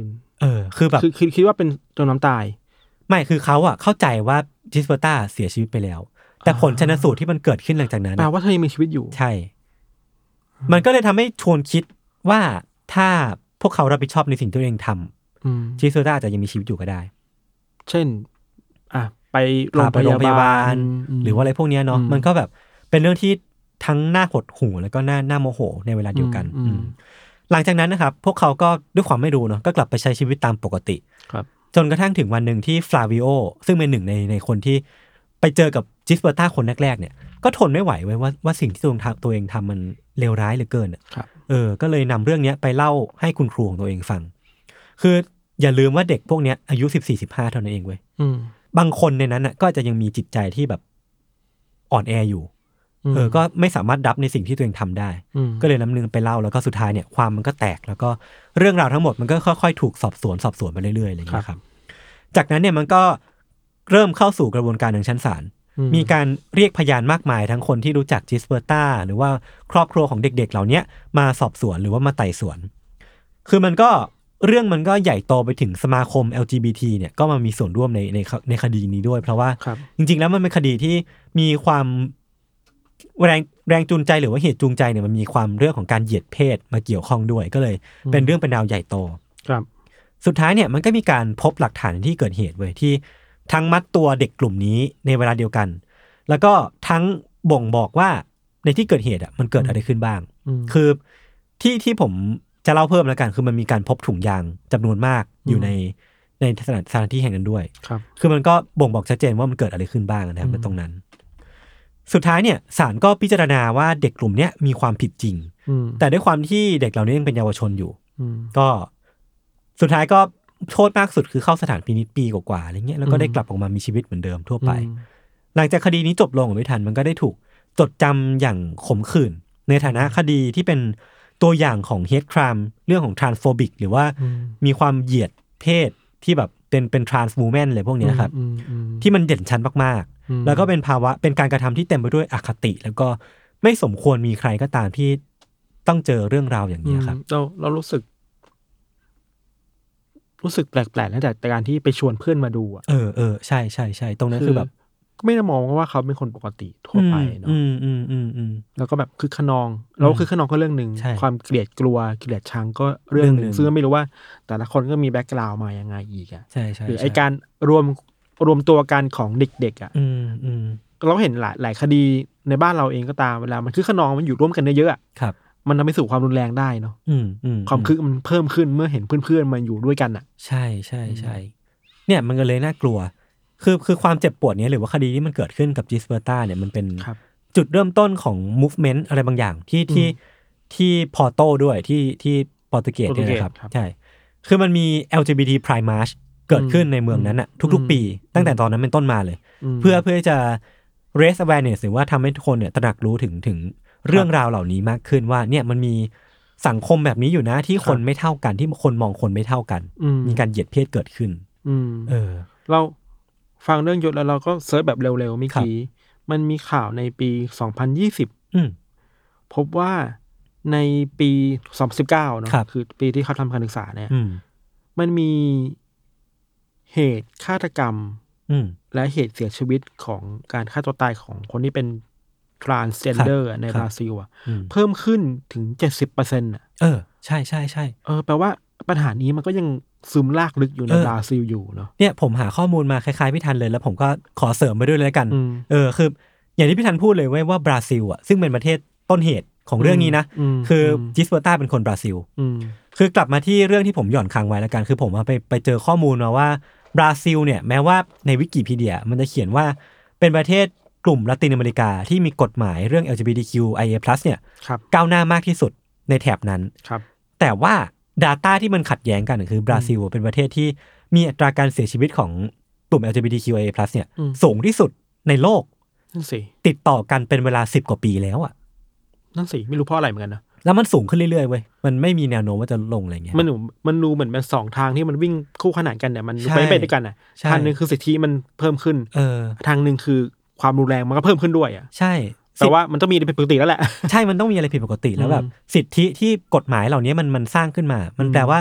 เออคือแบบคือคิดคิดว่าเป็นจมน้ำตายไม่คือเขาอ่ะเข้าใจว่าจิสเปอร์ตาเสียชีวิตไปแล้วแต่ผลชันสูตรที่มันเกิดขึ้นหลังจากนั้นแปลว่าเธอยังมีชีวิตอยู่ใช่มันก็เลยทำให้ชวนคิดว่าถ้าพวกเขารับผิดชอบในสิ่งที่ตัวเองทำจิสเปอร์ตาอาจจะยังมีชีวิตอยู่ก็ได้เช่นอ่ะไปโรงพยาบาลหรือว่าอะไรพวกนี้เนาะมันก็แบบเป็นเรื่องที่ทั้งน่าหดหู่แล้วก็น่าน่าโมโหในเวลาเดียวกันหลังจากนั้นนะครับพวกเขาก็ด้วยความไม่รู้เนาะก็กลับไปใช้ชีวิตตามปกติครับจนกระทั่งถึงวันหนึ่งที่ฟลาวิโอซึ่งเป็นหนึ่งในในคนที่ไปเจอกับจิสเปอร์ตาคนแรกๆเนี่ยก็ทนไม่ไหวไว้ว่าว่าสิ่งที่ตัวเองทำตัวเองทำมันเลวร้ายเหลือเกินอ่ะเออก็เลยนำเรื่องนี้ไปเล่าให้คุณครูของตัวเองฟังคืออย่าลืมว่าเด็กพวกนี้อายุสิบสี่ สิบห้าเท่านั้นเองเว้ยบางคนในนั้นน่ะก็จะยังมีจิตใจที่แบบอ่อนแออยู่เออก็ไม่สามารถรับในสิ่งที่ตัวเองทำได้ก็เลยนำเรื่องไปเล่าแล้วก็สุดท้ายเนี่ยความมันก็แตกแล้วก็เรื่องราวทั้งหมดมันก็ค่อยๆถูกสอบสวนสอบสวนมาเรื่อยๆอะไรอย่างเงี้ยครับจากนั้นเนี่ยมันก็เริ่มเข้าสู่กระบวนการทางชั้นศาลมีการเรียกพยานมากมายทั้งคนที่รู้จักจิสเปอร์ตาหรือว่าครอบครัวของเด็กๆเหล่านี้มาสอบสวนหรือว่ามาไต่สวนคือมันก็เรื่องมันก็ใหญ่โตไปถึงสมาคม แอล จี บี ที เนี่ยก็มามีส่วนร่วมในในในคดีนี้ด้วยเพราะว่าจริงๆแล้วมันเป็นคดีที่มีความแรงแรงจูงใจหรือว่าเหตุจูงใจเนี่ยมันมีความเรื่องของการเหยียดเพศมาเกี่ยวข้องด้วยก็เลยเป็นเรื่องเป็นราวใหญ่โตครับสุดท้ายเนี่ยมันก็มีการพบหลักฐานที่เกิดเหตุไว้ที่ทั้งมัดตัวเด็กกลุ่มนี้ในเวลาเดียวกันแล้วก็ทั้งบ่งบอกว่าในที่เกิดเหตุอ่ะมันเกิดอะไรขึ้นบ้างคือที่ที่ผมจะเล่าเพิ่มแล้วกันคือมันมีการพบถุงยางจำนวนมากอยู่ในในสถานสถานที่แห่งนั้นด้วยครับคือมันก็บ่งบอกชัดเจนว่ามันเกิดอะไรขึ้นบ้างนะครับในตรงนั้นสุดท้ายเนี่ยศาลก็พิจารณาว่าเด็กกลุ่มนี้มีความผิดจริงแต่ด้วยความที่เด็กเหล่านี้ยังเป็นเยาวชนอยู่ก็สุดท้ายก็โทษมากสุดคือเข้าสถานพินิจปีกว่าๆอะไรเงี้ยแล้วก็ได้กลับออกมามีชีวิตเหมือนเดิมทั่วไปหลังจากคดีนี้จบลงไม่ทันมันก็ได้ถูกจดจำอย่างขมขื่นในฐานะคดีที่เป็นตัวอย่างของ hate crime เรื่องของ transphobic หรือว่ามีความเหยียดเพศที่แบบเป็นเป็น trans woman อะไรพวกนี้ครับที่มันเด่นชัดมากๆแล้วก็เป็นภาวะเป็นการกระทำที่เต็มไปด้วยอคติแล้วก็ไม่สมควรมีใครก็ตามที่ต้องเจอเรื่องราวอย่างนี้ครับเราเรารู้สึกรู้สึกแปลกๆตั้งแต่การที่ไปชวนเพื่อนมาดูอ่ะเออเออใช่ใช่ใช่ตรงนั้นคือแบบก็ไม่ได้มองว่าเขาเป็นคนปกติทั่วไปเนาะอืมอืมอืมอืมแล้วก็แบบคือขนองแล้วคือขนองก็เรื่องนึงความเกลียดกลัวเกลียดชังก็เรื่องนึงซึ่งไม่รู้ว่าแต่ละคนก็มีแบ็คกราวด์มายังไงอีกอ่ะใช่ใช่หรือไอการรวมรวมตัวกันของเด็กๆอ่ะอืมอืมเราเห็นหลายหลายคดีในบ้านเราเองก็ตามเวลามันคือขนองมันอยู่ร่วมกันเยอะๆครับมันทำให้สู่ความรุนแรงได้เนาะความคึกมันเพิ่มขึ้นเมื่อเห็นเพื่อนๆมันอยู่ด้วยกันอ่ะใช่ใช่ใช่เนี่ยมันก็เลยน่ากลัวคือคือความเจ็บปวดนี้หรือว่าคดีที่มันเกิดขึ้นกับจิสเปอร์ตาเนี่ยมันเป็นจุดเริ่มต้นของ movement อะไรบางอย่างที่ที่ที่พอร์โตด้วยที่ที่โปรตุเกสเนี่ยนะครับใช่คือมันมี แอล จี บี ที Pride March เกิดขึ้นในเมืองนั้นอ่ะทุกๆปีตั้งแต่ตอนนั้นเป็นต้นมาเลยเพื่อเพื่อจะ raise awareness หรือว่าทำให้ทุกคนเนี่ยตระหนักรู้ถึงถึงเรื่องราวเหล่านี้มากขึ้นว่าเนี่ยมันมีสังคมแบบนี้อยู่นะที่คนไม่เท่ากันที่คนมองคนไม่เท่ากันมีการเหยียดเพศเกิดขึ้นเออเราฟังเรื่องยศแล้วเราก็เซิร์ชแบบเร็วๆเมื่อกี้มันมีข่าวในปีสองพันยี่สิบพบว่าในปีสองพันสิบเก้าเนาะคือปีที่เขาทำการศึกษาเนี่ยมันมีเหตุฆาตกรรมและเหตุเสียชีวิตของการฆ่าตัวตายของคนที่เป็นtransgender ในบราซิลอ่ะเพิ่มขึ้นถึง เจ็ดสิบเปอร์เซ็นต์ อ่ะเออใช่ๆๆเออแปลว่าปัญหานี้มันก็ยังซึมลากลึกอยู่ในบราซิลอยู่เนาะเนี่ยผมหาข้อมูลมาคล้ายๆพี่ทันเลยแล้วผมก็ขอเสริมไปด้วยเลยกันเออคืออย่างที่พี่ทันพูดเลยเว้ยว่าบราซิลอ่ะซึ่งเป็นประเทศต้นเหตุของเรื่องนี้นะคือจิสเปอร์ตาเป็นคนบราซิลคือกลับมาที่เรื่องที่ผมหย่อนค้างไว้แล้วกันคือผมไปไปเจอข้อมูลมาว่าบราซิลเนี่ยแม้ว่าในวิกิพีเดียมันจะเขียนว่าเป็นประเทศกลุ่มละตินอเมริกาที่มีกฎหมายเรื่อง แอล จี บี ที คิว ไอ เอ พลัส เนี่ยก้าวหน้ามากที่สุดในแถบนั้นแต่ว่า data ที่มันขัดแย้งกันคือบราซิลเป็นประเทศที่มีอัตราการเสียชีวิตของกลุ่ม แอล จี บี ที คิว ไอ เอ พลัส เนี่ยสูงที่สุดในโลกนั่นสิติดต่อกันเป็นเวลาสิบกว่าปีแล้วอ่ะนั่นสิไม่รู้เพราะอะไรเหมือนกันนะแล้วมันสูงขึ้นเรื่อยๆเว้ยมันไม่มีแนวโน้มว่าจะลงอะไรเงี้ยมันมันดูเหมือนเป็นสองทางที่มันวิ่งคู่ขนานกันเนี่ยมันไปไปด้วยกันอ่ะทางนึงคือสิทธิมันเพิ่มขึ้นเออทางนึงคือความรุนแรงมันก็เพิ่มขึ้นด้วยอ่ะใช่แต่ว่ามันต้องมีอะไรผิดปกติแล้วแหละใช่มันต้องมีอะไรผิดปกติแล้วแบบสิทธิที่กฎหมายเหล่านี้มันมันสร้างขึ้นมามันแปลว่า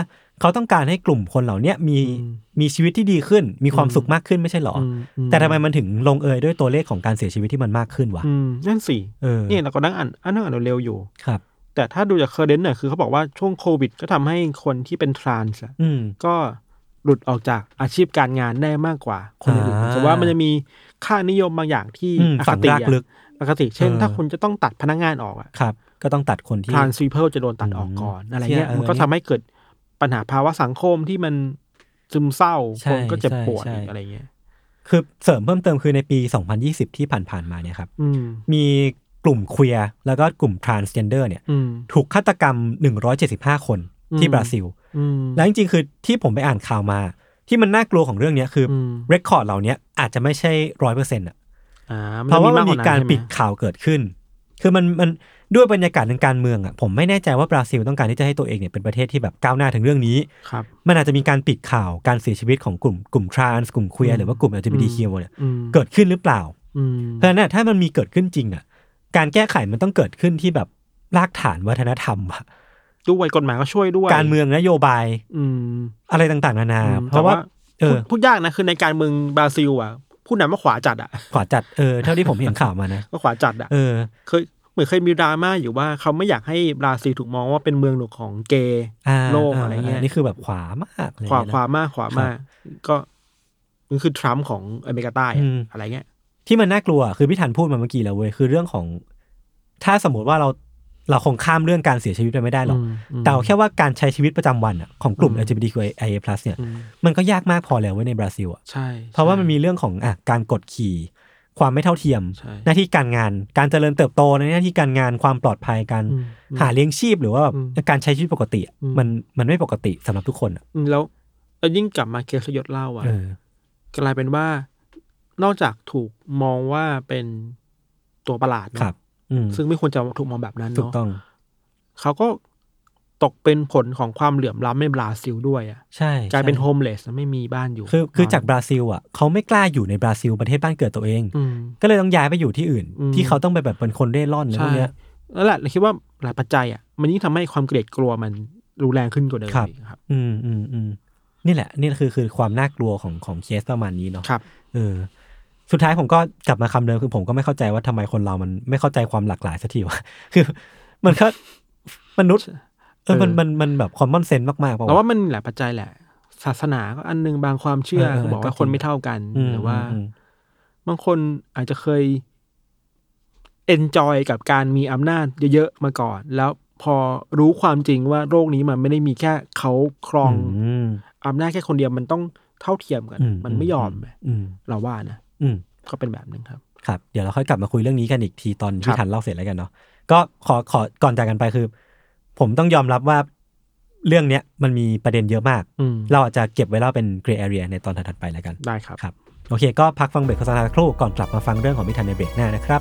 เขาต้องการให้กลุ่มคนเหล่านี้มีมีชีวิตที่ดีขึ้นมีความสุขมากขึ้นไม่ใช่หรอแต่ทำไมมันถึงลงเอยด้วยตัวเลขของการเสียชีวิตที่มันมากขึ้นวะนั่นสินี่เราก็นั่งอ่านอ่านอ่านเร็วๆอยู่ครับแต่ถ้าดูจากเคอร์เรนต์เนี่ยคือเขาบอกว่าช่วงโควิดก็ทำให้คนที่เป็นทรานส์ก็หลุดออกจากอาชีพการงานได้มากกว่าคนอื่นแต่ว่ามันจะมีค่านิยมบางอย่างที่อคติอคติเช่นถ้าคุณจะต้องตัดพนักงานออกอ่ะครับก็ต้องตัดคนที่ transpeople จะโดนตัดออกก่อนอะไรเงี้ยมันก็ทำให้เกิดปัญหาภาวะสังคมที่มันซึมเศร้าคนก็เจ็บปวดอะไรเงี้ยคือเสริมเพิ่มเติมคือในปีสองพันยี่สิบที่ผ่านๆมาเนี่ยครับมีกลุ่มเควียร์แล้วก็กลุ่ม transgender เนี่ยถูกฆาตกรรมหนึ่งร้อยเจ็ดสิบห้าคนที่บราซิลแล้วจริงๆคือที่ผมไปอ่านข่าวมาที่มันน่ากลัวของเรื่องนี้คือเรคคอร์ดเหล่านี้อาจจะไม่ใช่ ร้อยเปอร์เซ็นต์ อ่ะเพราะว่ามันมีการปิดข่าวเกิดขึ้นคือมันมันด้วยบรรยากาศทางการเมืองอ่ะผมไม่แน่ใจว่าบราซิลต้องการที่จะให้ตัวเองเนี่ยเป็นประเทศที่แบบก้าวหน้าถึงเรื่องนี้มันอาจจะมีการปิดข่าวการเสียชีวิตของกลุ่มกลุ่มทรานส์กลุ่มเควียร์หรือว่ากลุ่ม แอล จี บี ที คิว เนี่ยเกิดขึ้นหรือเปล่าเพราะฉะนั้นถ้ามันมีเกิดขึ้นจริงอ่ะการแก้ไขมันต้องเกิดขึ้นที่แบบรากฐานวัฒนธรรมอ่ะด้วยกฎหมายก็ช่วยด้วยการเมืองนโยบายอะไรต่างๆนานาเพราะว่าเออพูดยากนะคือในการเมืองบราซิลอ่ะผู้นำว่าขวาจัดอ่ะขวาจัดเออเท่าที่ผมเห็นข่าวมานะก็ขวาจัดอ่ะเออเคยเหมือนเคยมีดราม่าอยู่ว่าเขาไม่อยากให้บราซิลถูกมองว่าเป็นเมืองหลวงของเกย์โลกอะไรเงี้ยนี่คือแบบขวามากขวาขวามากขวามากก็มันคือทรัมป์ของอเมริกาใต้อะไรเงี้ยที่มันน่ากลัวคือพี่ธันพูดมาเมื่อกี้แล้วเว้ยคือเรื่องของถ้าสมมติว่าเราเราคงข้ามเรื่องการเสียชีวิตไปไม่ได้หรอกแต่แค่ว่าการใช้ชีวิตประจำวันอ่ะของกลุ่ม แอล จี บี ที คิว ไอ เอ พลัส เนี่ยมันก็ยากมากพอแล้วเว้ยในบราซิลอ่ะใช่เพราะว่ามันมีเรื่องของอ่ะการกดขี่ความไม่เท่าเทียมหน้าที่การงานการเจริญเติบโตในหน้าที่การงานความปลอดภัยการหาเลี้ยงชีพหรือว่าการใช้ชีวิตปกติมันมันไม่ปกติสำหรับทุกคนอ่ะแล้วแล้วยิ่งกลับมาเคสยศเล่าอ่ะกลายเป็นว่านอกจากถูกมองว่าเป็นตัวประหลาดเนาะซึ่งไม่ควรจะถูกมองแบบนั้นเนาะถูกต้องเขาก็ตกเป็นผลของความเหลื่อมล้ำในบราซิลด้วยอ่ะใช่กลายเป็นโฮมเลสไม่มีบ้านอยู่คือคือจากบราซิลอ่ะเขาไม่กล้าอยู่ในบราซิลประเทศบ้านเกิดตัวเองก็เลยต้องย้ายไปอยู่ที่อื่นที่เขาต้องไปแบบเป็นคนเร่ร่อนอะไรพวกเนี้ยนั่นแหละเราคิดว่าหลายปัจจัยอ่ะมันยิ่งทำให้ความเกลียดกลัวมันรุนแรงขึ้นกว่าเดิมครับอืมอืมอืมนี่แหละนี่คือคือความน่ากลัวของของเคสประมาณนี้เนาะครับเออสุดท้ายผมก็กลับมาคำเดิมคือผมก็ไม่เข้าใจว่าทำไมคนเรามันไม่เข้าใจความหลากหลายสักทีวะคือมันก็มนุษย์เออมันมันมันแบบคอมมอนเซนส์มากๆเพราะว่ามันหลายปัจจัยแหละศาสนาก็อันนึงบางความเชื่อบอกว่าคนไม่เท่ากันหรือว่าบางคนอาจจะเคยเอนจอยกับการมีอำนาจเยอะๆมาก่อนแล้วพอรู้ความจริงว่าโรคนี้มันไม่ได้มีแค่เขาครองอำนาจแค่คนเดียวมันต้องเท่าเทียมกันมันไม่ยอมเราว่านะก็เป็นแบบนึงครับครับเดี๋ยวเราค่อยกลับมาคุยเรื่องนี้กันอีกทีตอนที่ทันเล่าเสร็จแล้วกันเนาะก็ขอขอก่อนจากกันไปคือผมต้องยอมรับว่าเรื่องเนี้ยมันมีประเด็นเยอะมากเราอาจจะเก็บไว้เล่าเป็น gray area ในตอนถัดไปแล้วกันได้ครับครับโอเคก็พักฟังเบรกโฆษณาสักครู่ก่อนกลับมาฟังเรื่องของพี่ทันในเบรกหน้านะครับ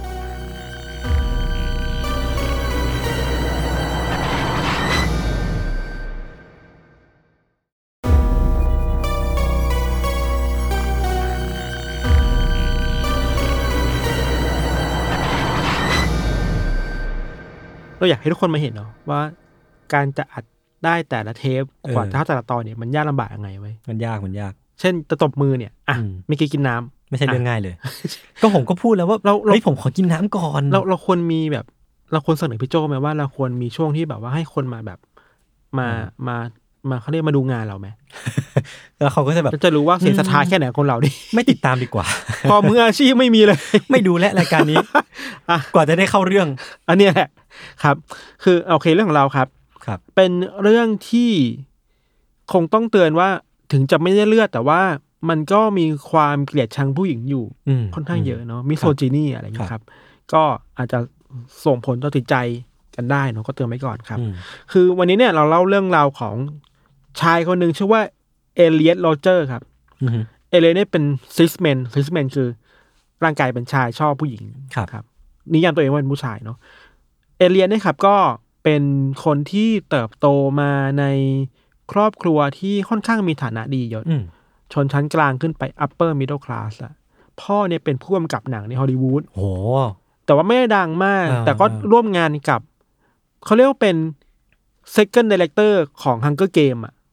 เราอยากให้ทุกคนมาเห็นเนาะว่าการจะอัดได้แต่ละเทปกว่าถ้าแต่ละตอนเนี่ยมันยากลำบากยังไงไว้มันยากมันยากเช่นจะตบมือเนี่ยอ่ะไม่กินน้ำไม่ใช่เรื่องง่ายเลยก็ผมก็พูดแล้วว่าเราเฮ้ยผมขอกินน้ำก่อนเราเราควรมีแบบเราควรเสนอพี่โจไหมว่าเราควรมีช่วงที่แบบว่าให้คนมาแบบมามามาเขาเรียกมาดูงานเราไหมแล้วเขาก็จะแบบจะรู้ว่าเสียศรัทธาแค่ไหนคนเราดิไม่ติดตามดีกว่าพอมืออาชีพไม่มีเลยไม่ดูแลรายการนี้กว่าจะได้เข้าเรื่องอันนี้แหละครับคือโอเคเรื่องของเราครับครับเป็นเรื่องที่คงต้องเตือนว่าถึงจะไม่ได้เลือดแต่ว่ามันก็มีความเกลียดชังผู้หญิงอยู่ค่อนข้างเยอะเนาะมิโซจินีอะไรอย่างนี้ครับก็อาจจะส่งผลต่อจิตใจกันได้เนาะก็เตือนไว้ก่อนครับคือวันนี้เนี่ยเราเล่าเรื่องราวของชายคนหนึ่งชื่อว่าเอเลียตโรเจอร์ครับเอเลียตเนี่ยเป็นซิสแมนซิสแมนคือร่างกายเป็นชายชอบผู้หญิงครับนิยามตัวเองว่าเป็นผู้ชายเนาะเอเลียตเนี่ยครับก็เป็นคนที่เติบโตมาในครอบครัวที่ค่อนข้างมีฐานะดียศชนชั้นกลางขึ้นไป upper middle class อะพ่อเนี่ยเป็นผู้กำกับหนังในฮอลลีวูดโอ้แต่ว่าไม่ได้ดังมากแต่ก็ร่วมงานกับเขาเรียกว่าเป็น second director ของ Hunger Game อ่ะ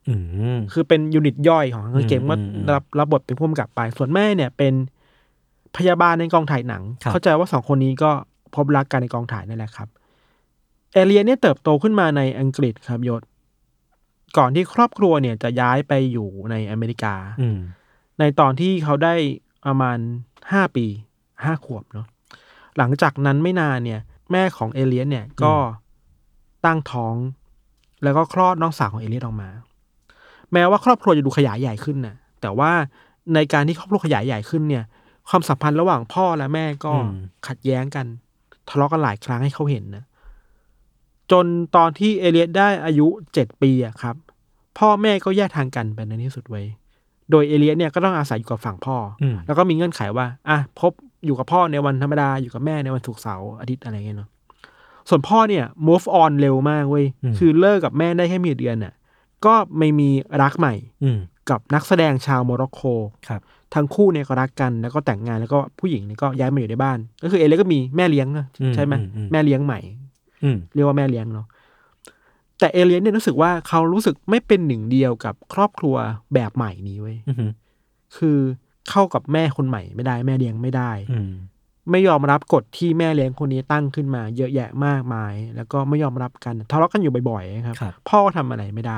คือเป็นยูนิตย่อยของฮังเกอร์เกมก็รับรับบทเป็นผู้กำกับไปส่วนแม่เนี่ยเป็นพยาบาลในกองถ่ายหนังเข้าใจว่าสองคนนี้ก็พบรักกันในกองถ่ายนั่นแหละครับเอเลียเนี่ยเติบโตขึ้นมาในอังกฤษครับยศก่อนที่ครอบครัวเนี่ยจะย้ายไปอยู่ในอเมริกาในตอนที่เขาได้ประมาณห้าปีห้าขวบเนาะหลังจากนั้นไม่นานเนี่ยแม่ของเอเลียเนี่ยก็ตั้งท้องแล้วก็คลอดน้องสาวของเอเลียออกมาแม้ว่าครอบครัวจะดูขยายใหญ่ขึ้นนะแต่ว่าในการที่ครอบครัวขยายใหญ่ขึ้นเนี่ยความสัมพันธ์ระหว่างพ่อและแม่ก็ขัดแย้งกันทะเลาะกันหลายครั้งให้เขาเห็นนะจนตอนที่เอเลียสได้อายุเจ็ดปีอะครับพ่อแม่ก็แยกทางกันไปในที่สุดไว้โดยเอเลียสเนี่ยก็ต้องอาศัยอยู่กับฝั่งพ่อแล้วก็มีเงื่อนไขว่าอ่ะพบอยู่กับพ่อในวันธรรมดาอยู่กับแม่ในวันศุกร์เสาร์อาทิตย์อะไรเงี้ยเนาะส่วนพ่อเนี่ย move on เร็วมากเว้ยคือเลิกกับแม่ได้แค่ไม่กี่เดือนน่ะก็ไม่มีรักใหม่กับนักแสดงชาวโมร็อกโกทั้งคู่เนี่ยก็รักกันแล้วก็แต่งงานแล้วก็ผู้หญิงเนี่ยก็ย้ายมาอยู่ในบ้านก็คือเอเลียสก็มีแม่เลี้ยงใช่ไหมแม่เลี้ยงใหม่เรียกว่าแม่เลี้ยงเนาะแต่เอเลียสเนี่ยรู้สึกว่าเขารู้สึกไม่เป็นหนึ่งเดียวกับครอบครัวแบบใหม่นี้เว้ยคือเข้ากับแม่คนใหม่ไม่ได้แม่เลี้ยงไม่ได้ไม่ยอมรับกฎที่แม่เลี้ยงคนนี้ตั้งขึ้นมาเยอะแยะมากมายแล้วก็ไม่ยอมรับกันทะเลาะกันอยู่บ่อยๆครับพ่อทำอะไรไม่ได้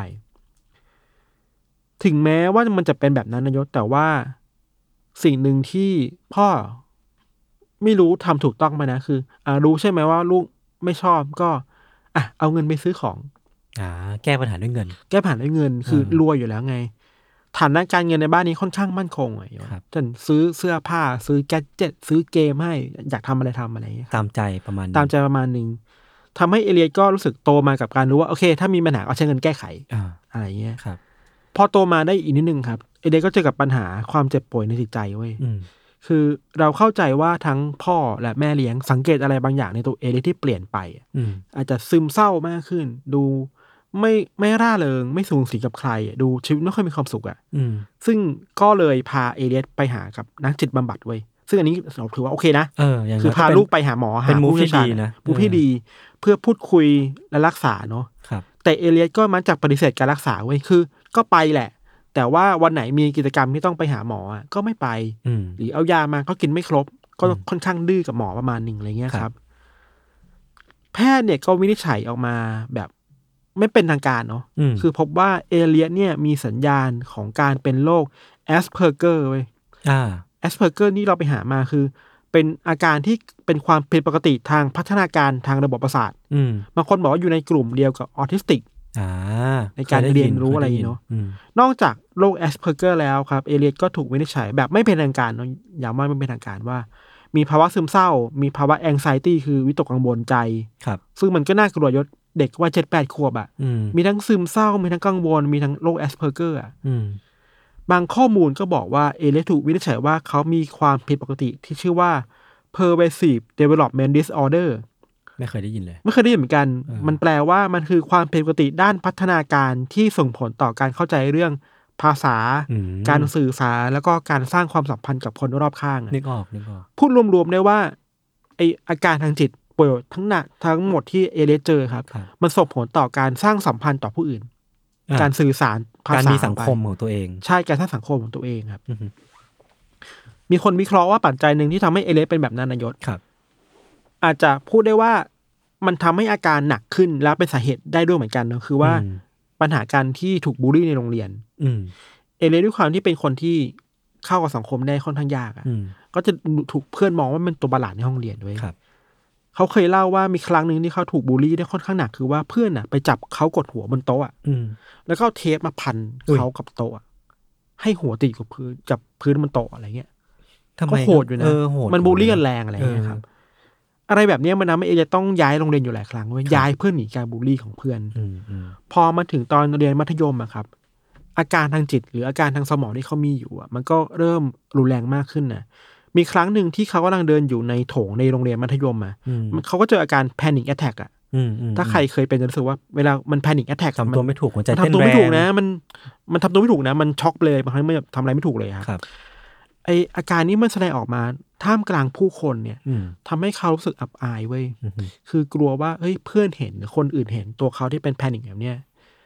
ถึงแม้ว่ามันจะเป็นแบบนั้นนะยศแต่ว่าสิ่งหนึ่งที่พ่อไม่รู้ทำถูกต้องไหมนะคืออ่ารู้ใช่ไหมว่าลูกไม่ชอบก็อ่ะเอาเงินไปซื้อของอ่าแก้ปัญหาด้วยเงินแก้ปัญหาด้วยเงินคือรวยอยู่แล้วไงฐานะการเงินในบ้านนี้ค่อนข้างมั่นคงอ่ะจนซื้อเสื้อผ้าซื้อแกดเจ็ตซื้อเกมให้อยากทำอะไรทำอะไรตามใจประมาณตามใจประมาณนึงทำให้เอเลียสก็รู้สึกโตมากับการรู้ว่าโอเคถ้ามีปัญหาก็ใช้เงินแก้ไขอ่าอะไรเงี้ยครับพอโตมาได้อีกนิดนึงครับเอเลียสก็เจอกับปัญหาความเจ็บป่วยในจิตใจเว้ยคือเราเข้าใจว่าทั้งพ่อและแม่เลี้ยงสังเกตอะไรบางอย่างในตัวเอเลียสที่เปลี่ยนไปอาจจะซึมเศร้ามากขึ้นดูไม่ไม่ร่าเริงไม่สูงสิงกับใครดูชีวิตไม่ค่อยมีความสุขอ่ะซึ่งก็เลยพาเอเลียสไปหากับนักจิตบำบัดเว้ยซึ่งอันนี้เราถือว่าโอเคนะคือพาลูกไปหาหมอหาผู้เชี่ยวชาญนะผู้ที่ดีเพื่อพูดคุยและรักษาเนาะแต่เอเลียสก็มักจะปฏิเสธการรักษาเว้ยคือก็ไปแหละแต่ว่าวันไหนมีกิจกรรมที่ต้องไปหาหมออ่ะก็ไม่ไปหรือเอายามาก็กินไม่ครบก็ค่อนข้างดื้อกับหมอประมาณหนึ่งอะไรเงี้ยครับแพทย์เนี่ยก็วินิจฉัยออกมาแบบไม่เป็นทางการเนาะคือพบว่าเอเลียสเนี่ยมีสัญญาณของการเป็นโรคแอสเพอร์เกอร์เว้ยแอสเพอร์เกอร์นี่เราไปหามาคือเป็นอาการที่เป็นความผิดปกติทางพัฒนาการทางระบบประสาทบางคนบอกว่าอยู่ในกลุ่มเดียวกับออทิสติกในการเรียนรู้อะไรอย่างเนาะนอกจากโรคแอสเพอร์เกอร์แล้วครับเอเลียสก็ถูกวินิจฉัยแบบไม่เป็นทางการเนาะย้ำว่าไม่เป็นทางการว่ามีภาวะซึมเศร้ามีภาวะแองไซตี้คือวิตกกังวลใจซึ่งมันก็น่ากลัวยศเด็กวัยเจ็ดแปดขวบอ่ะมีทั้งซึมเศร้ามีทั้งกังวลมีทั้งโรคแอสเพอร์เกอร์อ่ะบางข้อมูลก็บอกว่าเอเลียสถูกวินิจฉัยว่าเขามีความผิดปกติที่ชื่อว่า pervasive development disorder ไม่เคยได้ยินเลยไม่เคยได้ยินเหมือนกันมันแปลว่ามันคือความผิดปกติด้านพัฒนาการที่ส่งผลต่อการเข้าใจเรื่องภาษาการสื่อสารแล้วก็การสร้างความสัมพันธ์กับคนรอบข้างนึกออกนึกออกพูดรวมๆได้ว่าไออาการทางจิตป่วยทั้งหนักทั้งหมดที่เอเลียสเจอครับมันส่งผลต่อการสร้างสัมพันธ์ต่อผู้อื่นการสื่อสารภาษาการมีสังคมของตัวเองใช่การสร้างสังคมของตัวเองครับมีคนวิเคราะห์ว่าปัจจัยหนึ่งที่ทำให้เอเลียสเป็นแบบนั้นนายศอาจจะพูดได้ว่ามันทำให้อาการหนักขึ้นแล้วเป็นสาเหตุได้ด้วยเหมือนกันนะคือว่าปัญหาการที่ถูกบูลลี่ในโรงเรียนเอเลียสด้วยความที่เป็นคนที่เข้ากับสังคมได้ค่อนข้างยากอ่ะก็จะถูกเพื่อนมองว่าเป็นตัวประหลาดในห้องเรียนด้วยเขาเคยเล่าว่ามีครั้งหนึ่งที่เขาถูกบูลลี่ได้ค่อนข้างหนักคือว่าเพื่อนอ่ะไปจับเขากดหัวบนโต๊ะอ่ะแล้วก็เทปมาพันเขากับโต๊ะให้หัวติดกับพื้นกับพื้นบนโต๊ะอะไรเงี้ยเขาโหดอยู่นะมันบูลลี่กันแรงอะไรเงี้ยครับอะไรแบบนี้มันทำให้เอจะต้องย้ายโรงเรียนอยู่หลายครั้งเว้ยย้ายเพื่อนหนีการบูลลี่ของเพื่อนพอมาถึงตอนเรียนมัธยมอะครับอาการทางจิตหรืออาการทางสมองที่เขามีอยู่อะมันก็เริ่มรุนแรงมากขึ้นนะมีครั้งหนึ่งที่เขากำลังเดินอยู่ในโถงในโรงเรียนมัธยมอะเขาก็เจออาการแพนิคแอทแทกอะถ้าใครเคยเป็นจะรู้สึกว่าเวลามันแพนิคแอทแทกทำตัวไม่ถูกหัวใจเต้นแรงทำตัวไม่ถูกนะมันมันทำตัวไม่ถูกนะมันช็อกเลยบางครั้งไม่ทำอะไรไม่ถูกเลยครับไออาการนี้มันแสดงออกมาท่ามกลางผู้คนเนี่ยทำให้เขารู้สึกอับอายเว้ยคือกลัวว่าเฮ้ยเพื่อนเห็นคนอื่นเห็นตัวเขาที่เป็นแพนิคแบบเนี้ย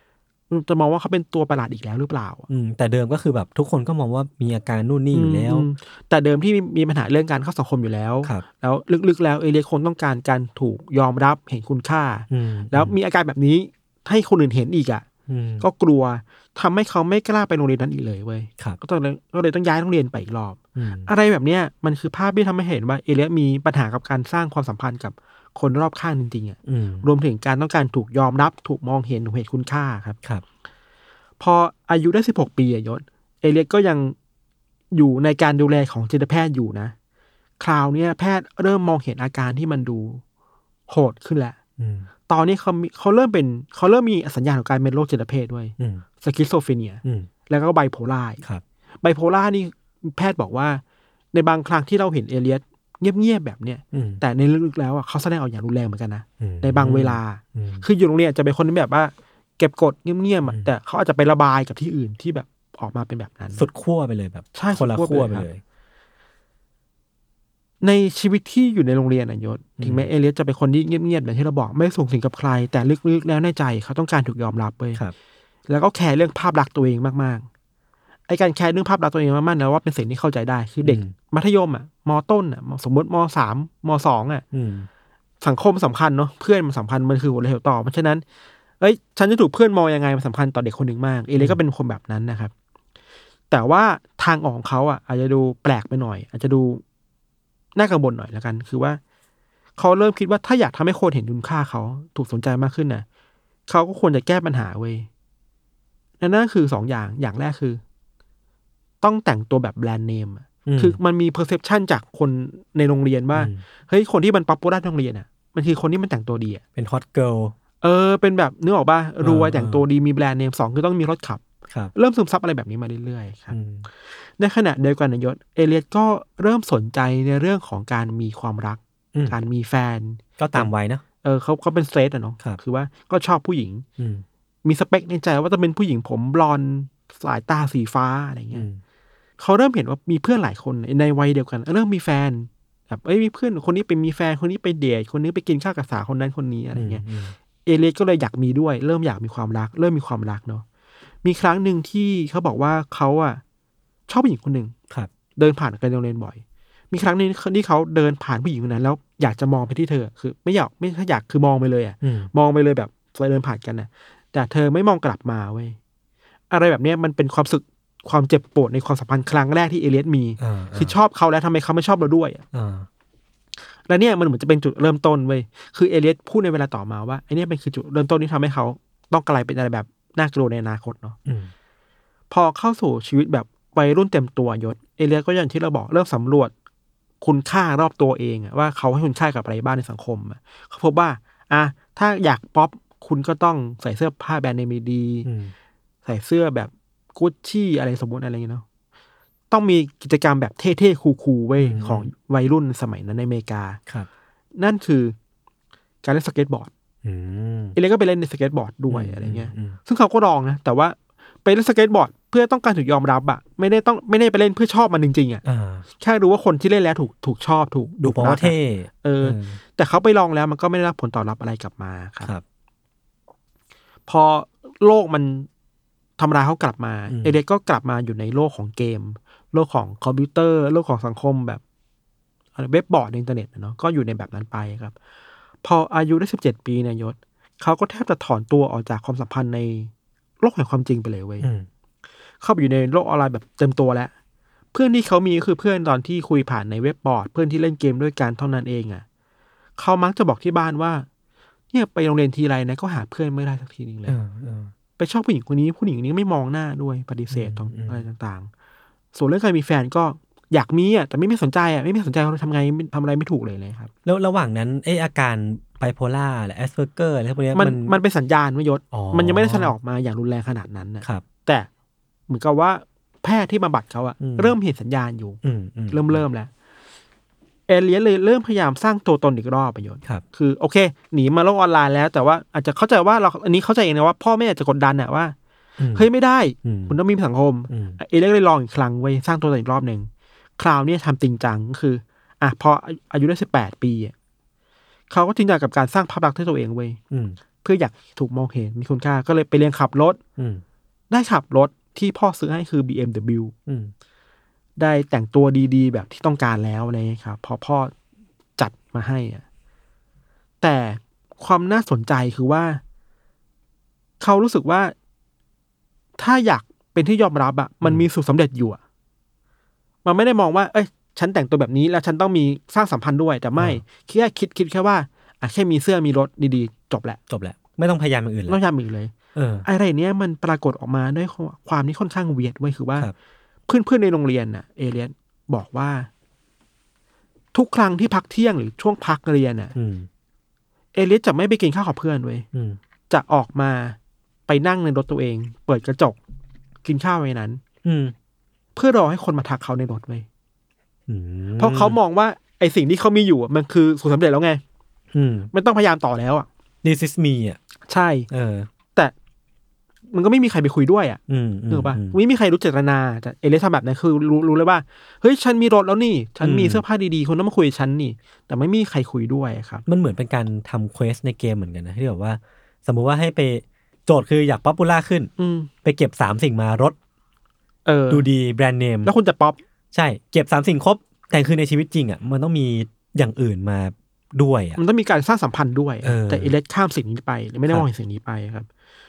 จะมองว่าเขาเป็นตัวประหลาดอีกแล้วหรือเปล่าอืมแต่เดิมก็คือแบบทุกคนก็มองว่ามีอาการนู่นนี่อยู่แล้วแต่เดิมที่มีปัญหาเรื่องการเข้าสังคมอยู่แล้วแล้วลึกๆแล้วเอเลียสคงต้องการการถูกยอมรับเห็นคุณค่าแล้วมีอาการแบบนี้ให้คนอื่นเห็นอีกอ่ะก็กลัวทำให้เขาไม่กล้าไปโรงเรียนนั้นอีกเลยเว้ยก็ต้องก็เลยต้องย้ายโรงเรียนไปอีกรอบอะไรแบบเนี้ยมันคือภาพที่ทำให้เห็นว่าเอเลียสมีปัญหากับการสร้างความสัมพันธ์กับคนรอบข้างจริงๆอ่ะรวมถึงการต้องการถูกยอมรับถูกมองเห็นถูกเห็นคุณค่าครับครับพออายุได้สิบหกปีอ่ะยศเอเลียสก็ยังอยู่ในการดูแลของจิตแพทย์อยู่นะคราวนี้แพทย์เริ่มมองเห็นอาการที่มันดูโหดขึ้นแล้วตอนนี้เขาเขาเริ่มเป็นเขาเริ่มมีสัญญาณของการเป็นโรคจิตเภทด้วยสคิสโซเฟเนียแล้วก็ไบโพล่าไบโพล่านี่แพทย์บอกว่าในบางครั้งที่เราเห็นเอเลียสเงียบๆแบบเนี้ยแต่ในลึกๆแล้วอ่ะเขาแสดงออกอย่างรุนแรงเหมือนกันนะในบางเวลาคืออยู่โรงเรียนจะเป็นคนที่แบบว่าเก็บกดเงียบๆแต่เขาอาจจะไประบายกับที่อื่นที่แบบออกมาเป็นแบบนั้นสุดขั้วไปเลยแบบใช่คนละขั้วไปเลยในชีวิตที่อยู่ในโรงเรียนอะยศถึงแม้เอเลียสจะเป็นคนที่เงียบๆอย่างที่เราบอกไม่สูงสิงกับใครแต่ลึกๆแล้วในใจเขาต้องการถูกยอมรับเว้ยแล้วก็แคร์เรื่องภาพลักษณ์ตัวเองมากๆไอ้การแคร์เรื่องภาพลักษณ์ตัวเองมากๆนะว่าเป็นสิ่งที่เข้าใจได้คือเด็กมัธยมอ่ะม.ต้นอ่ะสมมติม.สามม.สองอ่ะสังคมสำคัญเนาะเพื่อนมันสำคัญมันคือหัวเรี่ยวต่อเพราะฉะนั้นเอ้ยฉันจะถูกเพื่อนมองยังไงมันสำคัญต่อเด็กคนหนึ่งมากเอเลียสก็เป็นคนแบบนั้นนะครับแต่ว่าทางออกของเขาอ่ะอาจจะดูแปลกไปหน่อยอาจจะดูน่ากังวลหน่อยแล้วกันคือว่าเขาเริ่มคิดว่าถ้าอยากทำให้คนเห็นคุณค่าเขาถูกสนใจมากขึ้นน่ะเขาก็ควรจะแก้ปัญหาเว้ยนั่นนั่นคือสองอย่างอย่างแรกคือต้องแต่งตัวแบบแบรนด์เนมคือมันมีเพอร์เซพชันจากคนในโรงเรียนว่าเฮ้ยคนที่มันป๊อปปูล่าในโรงเรียนอ่ะมันคือคนที่มันแต่งตัวดีอ่ะเป็นฮอตเกิร์ลเออเป็นแบบนึกออกป่ะรวยแต่งตัวดีมีแบรนด์เนมสองคือต้องมีรถขับเริ่มซึมซับอะไรแบบนี้มาเรื่อยๆครับในขณะเดียวกันนายศเอเลียสก็เริ่มสนใจในเรื่องของการมีความรักการมีแฟนก็ตามวัยนะเออเขาเขาเป็นสเตรทอ่ะเนาะคือว่าก็ชอบผู้หญิงมีสเปคในใจว่าจะเป็นผู้หญิงผมบลอนด์สายตาสีฟ้าอะไรเงี้ยเขาเริ่มเห็นว่ามีเพื่อนหลายคนในวัยเดียวกันเริ่มมีแฟนแบบเอ้ยมีเพื่อนคนนี้ไปมีแฟนคนนี้ไปเดทคนนี้ไปกินข้าวกับสาวคนนั้นคนนี้อะไรเงี้ยเอเลียสก็เลยอยากมีด้วยเริ่มอยากมีความรักเริ่มมีความรักเนาะมีครั้งหนึ่งที่เขาบอกว่าเขาอ่ะชอบผู้หญิงคนหนึ่งเดินผ่านกันในโรงเรียนบ่อยมีครั้งนึงที่เขาเดินผ่านผู้หญิงคนนั้นแล้วอยากจะมองไปที่เธอคือไม่อยากไม่ถ้าอยากคือมองไปเลยอ่ะมองไปเลยแบบเดินผ่านกันนะแต่เธอไม่มองกลับมาเว้ยอะไรแบบนี้มันเป็นความสึกความเจ็บปวดในความสัมพันธ์ครั้งแรกที่เอเลียสมีคือชอบเขาแล้วทำไมเขาไม่ชอบเราด้วยแล้วเนี่ยมันเหมือนจะเป็นจุดเริ่มต้นเว้ยคือเอเลียสพูดในเวลาต่อมาว่าไอ้นี่เป็นคือจุดเริ่มต้นที่ทำให้เขาต้องกลายเป็นอะไรแบบน่ากลัวในอนาคตเนาะพอเข้าสู่ชีวิตแบบวัยรุ่นเต็มตัวยศเอเลียสก็อย่างที่เราบอกเริ่มสำรวจคุณค่ารอบตัวเองอะว่าเขาให้คุณค่ากับอะไรบ้างในสังคมอะเขาพบว่าอ่ะถ้าอยากป๊อปคุณก็ต้องใส่เสื้อผ้าแบรนด์เนมดีใส่เสื้อแบบกุชชี่อะไรสมมติอะไรอย่างเงี้ยเนาะต้องมีกิจกรรมแบบเท่ๆคูลๆไว้ของวัยรุ่นสมัยนั้นในอเมริกานั่นคือการเล่นสเก็ตบอร์ดเอเลียสก็ไปเล่นในสเก็ตบอร์ดด้วยอะไรเงี้ยซึ่งเขาก็ลองนะแต่ว่าไปเล่นสเก็ตบอร์ดเพื่อต้องการถูกยอมรับอะไม่ได้ต้องไม่ได้ไปเล่นเพื่อชอบมันจริงๆอะแค่รู้ว่าคนที่เล่นแล้วถูกถูกชอบถูกดูเพราะว่าเท่เออแต่เขาไปลองแล้วมันก็ไม่ได้รับผลตอบรับอะไรกลับมาครับพอโลกมันทำร้ายเขากลับมาเอเลียสก็กลับมาอยู่ในโลกของเกมโลกของคอมพิวเตอร์โลกของสังคมแบบเว็บบอร์ดอินเทอร์เน็ตเนาะก็อยู่ในแบบนั้นไปครับพออายุได้สิบเจ็ดปีเนี่ยยศเขาก็แทบจะถอนตัวออกจากความสัมพันธ์ในโลกแห่งความจริงไปเลยเว้ยเข้าไปอยู่ในโลกออนไลน์แบบเต็มตัวแล้วเพื่อนที่เขามีก็คือเพื่อนตอนที่คุยผ่านในเว็บบอร์ดเพื่อนที่เล่นเกมด้วยกันเท่านั้นเองอ่ะเขามักจะบอกที่บ้านว่าเนี่ยไปโรงเรียนทีไรนะก็หาเพื่อนไม่ได้สักทีนึงเลยไปชอบผู้หญิงคนนี้ผู้หญิงคนนี้ไม่มองหน้าด้วยปฏิเสธตรงอะไรต่างๆส่วนเรื่องการมีแฟนก็อยากมีอ่ะแต่ไม่ไม่สนใจอ่ะไม่ไม่สนใจเราทำไงทำอะไรไม่ถูกเลยเลยครับแล้วระหว่างนั้นไออาการไบโพล่าหรือแอสเพอร์เกอร์อะไรพวกนี้มันมันเป็นสัญญาณว่ายศมันยังไม่ได้แสดงออกมาอย่างรุนแรงขนาดนั้นนะครับแต่เหมือนกับว่าแพทย์ที่บำบัดเขาอะเริ่มเห็นสัญญาณอยู่เริ่มเริ่มแล้วเอเลียสเลยเริ่มพยายามสร้างตัวตนอีกรอบประโยชน์คือโอเคหนีมาโลกออนไลน์แล้วแต่ว่าอาจจะเข้าใจว่าเราอันนี้เข้าใจเองนะว่าพ่อแม่อาจจะกดดันอะว่าเฮ้ยไม่ได้คุณต้องมีสังคมเอเลียสเลยลองอีกครั้งไว้สร้างตัวตนอีกรอบนึงคราวนี้ทำจริงจังก็คืออ่ะพออายุได้สิบแปดปีเขาก็จริงจังกับการสร้างภาพลักษณ์ให้ตัวเองเว้ยไปพื่ออยากถูกมองเห็นมีคุณค่าก็เลยไปเรียนขับรถได้ขับรถที่พ่อซื้อให้คือ บี เอ็ม ดับเบิลยู ได้แต่งตัวดีๆแบบที่ต้องการแล้วอะไรอย่างเงี้ยครับพอพ่อจัดมาให้อ่ะแต่ความน่าสนใจคือว่าเขารู้สึกว่าถ้าอยากเป็นที่ยอมรับอ่ะมันมีสูตรสำเร็จอยู่อ่ะมันไม่ได้มองว่าเอ้ยฉันแต่งตัวแบบนี้แล้วฉันต้องมีสร้างสัมพันธ์ด้วยแต่ไม่แค่คิดคิดแค่ว่าอ่ะแค่มีเสื้อมีรถดีๆจบแหละจบแหละไม่ต้องพยายามอย่างอื่นเลยไม่ต้องพยายามอื่นเลยเอออะไรเนี้ยมันปรากฏออกมาด้วยความที่ค่อนข้างเวียดไว้คือว่าเพื่อนๆในโรงเรียนน่ะเอเลียสบอกว่าทุกครั้งที่พักเที่ยงหรือช่วงพักเรียนน่ะเอเลียสจะไม่ไปกินข้าวกับเพื่อนเว้ยจะออกมาไปนั่งในรถตัวเองเปิดกระจกกินข้าวไว้นั้นเพื่อรอให้คนมาทักเขาในรถเว้ยเพราะเขามองว่าไอสิ่งที่เขามีอยู่มันคือสูตรสำเร็จแล้วไงมันต้องพยายามต่อแล้วอ่ะ This is me อ่ะใช่เออแต่มันก็ไม่มีใครไปคุยด้วยอ่ะนึกป่ะไม่มีใครรู้เจตนาแต่เอเลียสทำแบบนั้นคือรู้รู้เลยว่าเฮ้ยฉันมีรถแล้วนี่ฉันมีเสื้อผ้าดีๆคนต้องมาคุยกับฉันนี่แต่ไม่มีใครคุยด้วยครับมันเหมือนเป็นการทำเควสในเกมเหมือนกันนะที่แบบว่าสมมุติว่าให้ไปโจทย์คืออยากป๊อปปูล่าขึ้นไปเก็บสามสิ่งมารถเออดูดีแบรนด์เนมแล้วคุณจะป๊อปใช่เก็บสามสิ่งครบแต่คือในชีวิตจริงอ่ะมันต้องมีอย่างอื่นมาด้วยอ่ะมันต้องมีการสร้างสัมพันธ์ด้วยแต่เอเลียสข้ามสิ่งนี้ไปไม่ได้มองสิ่งนี้ไปครับ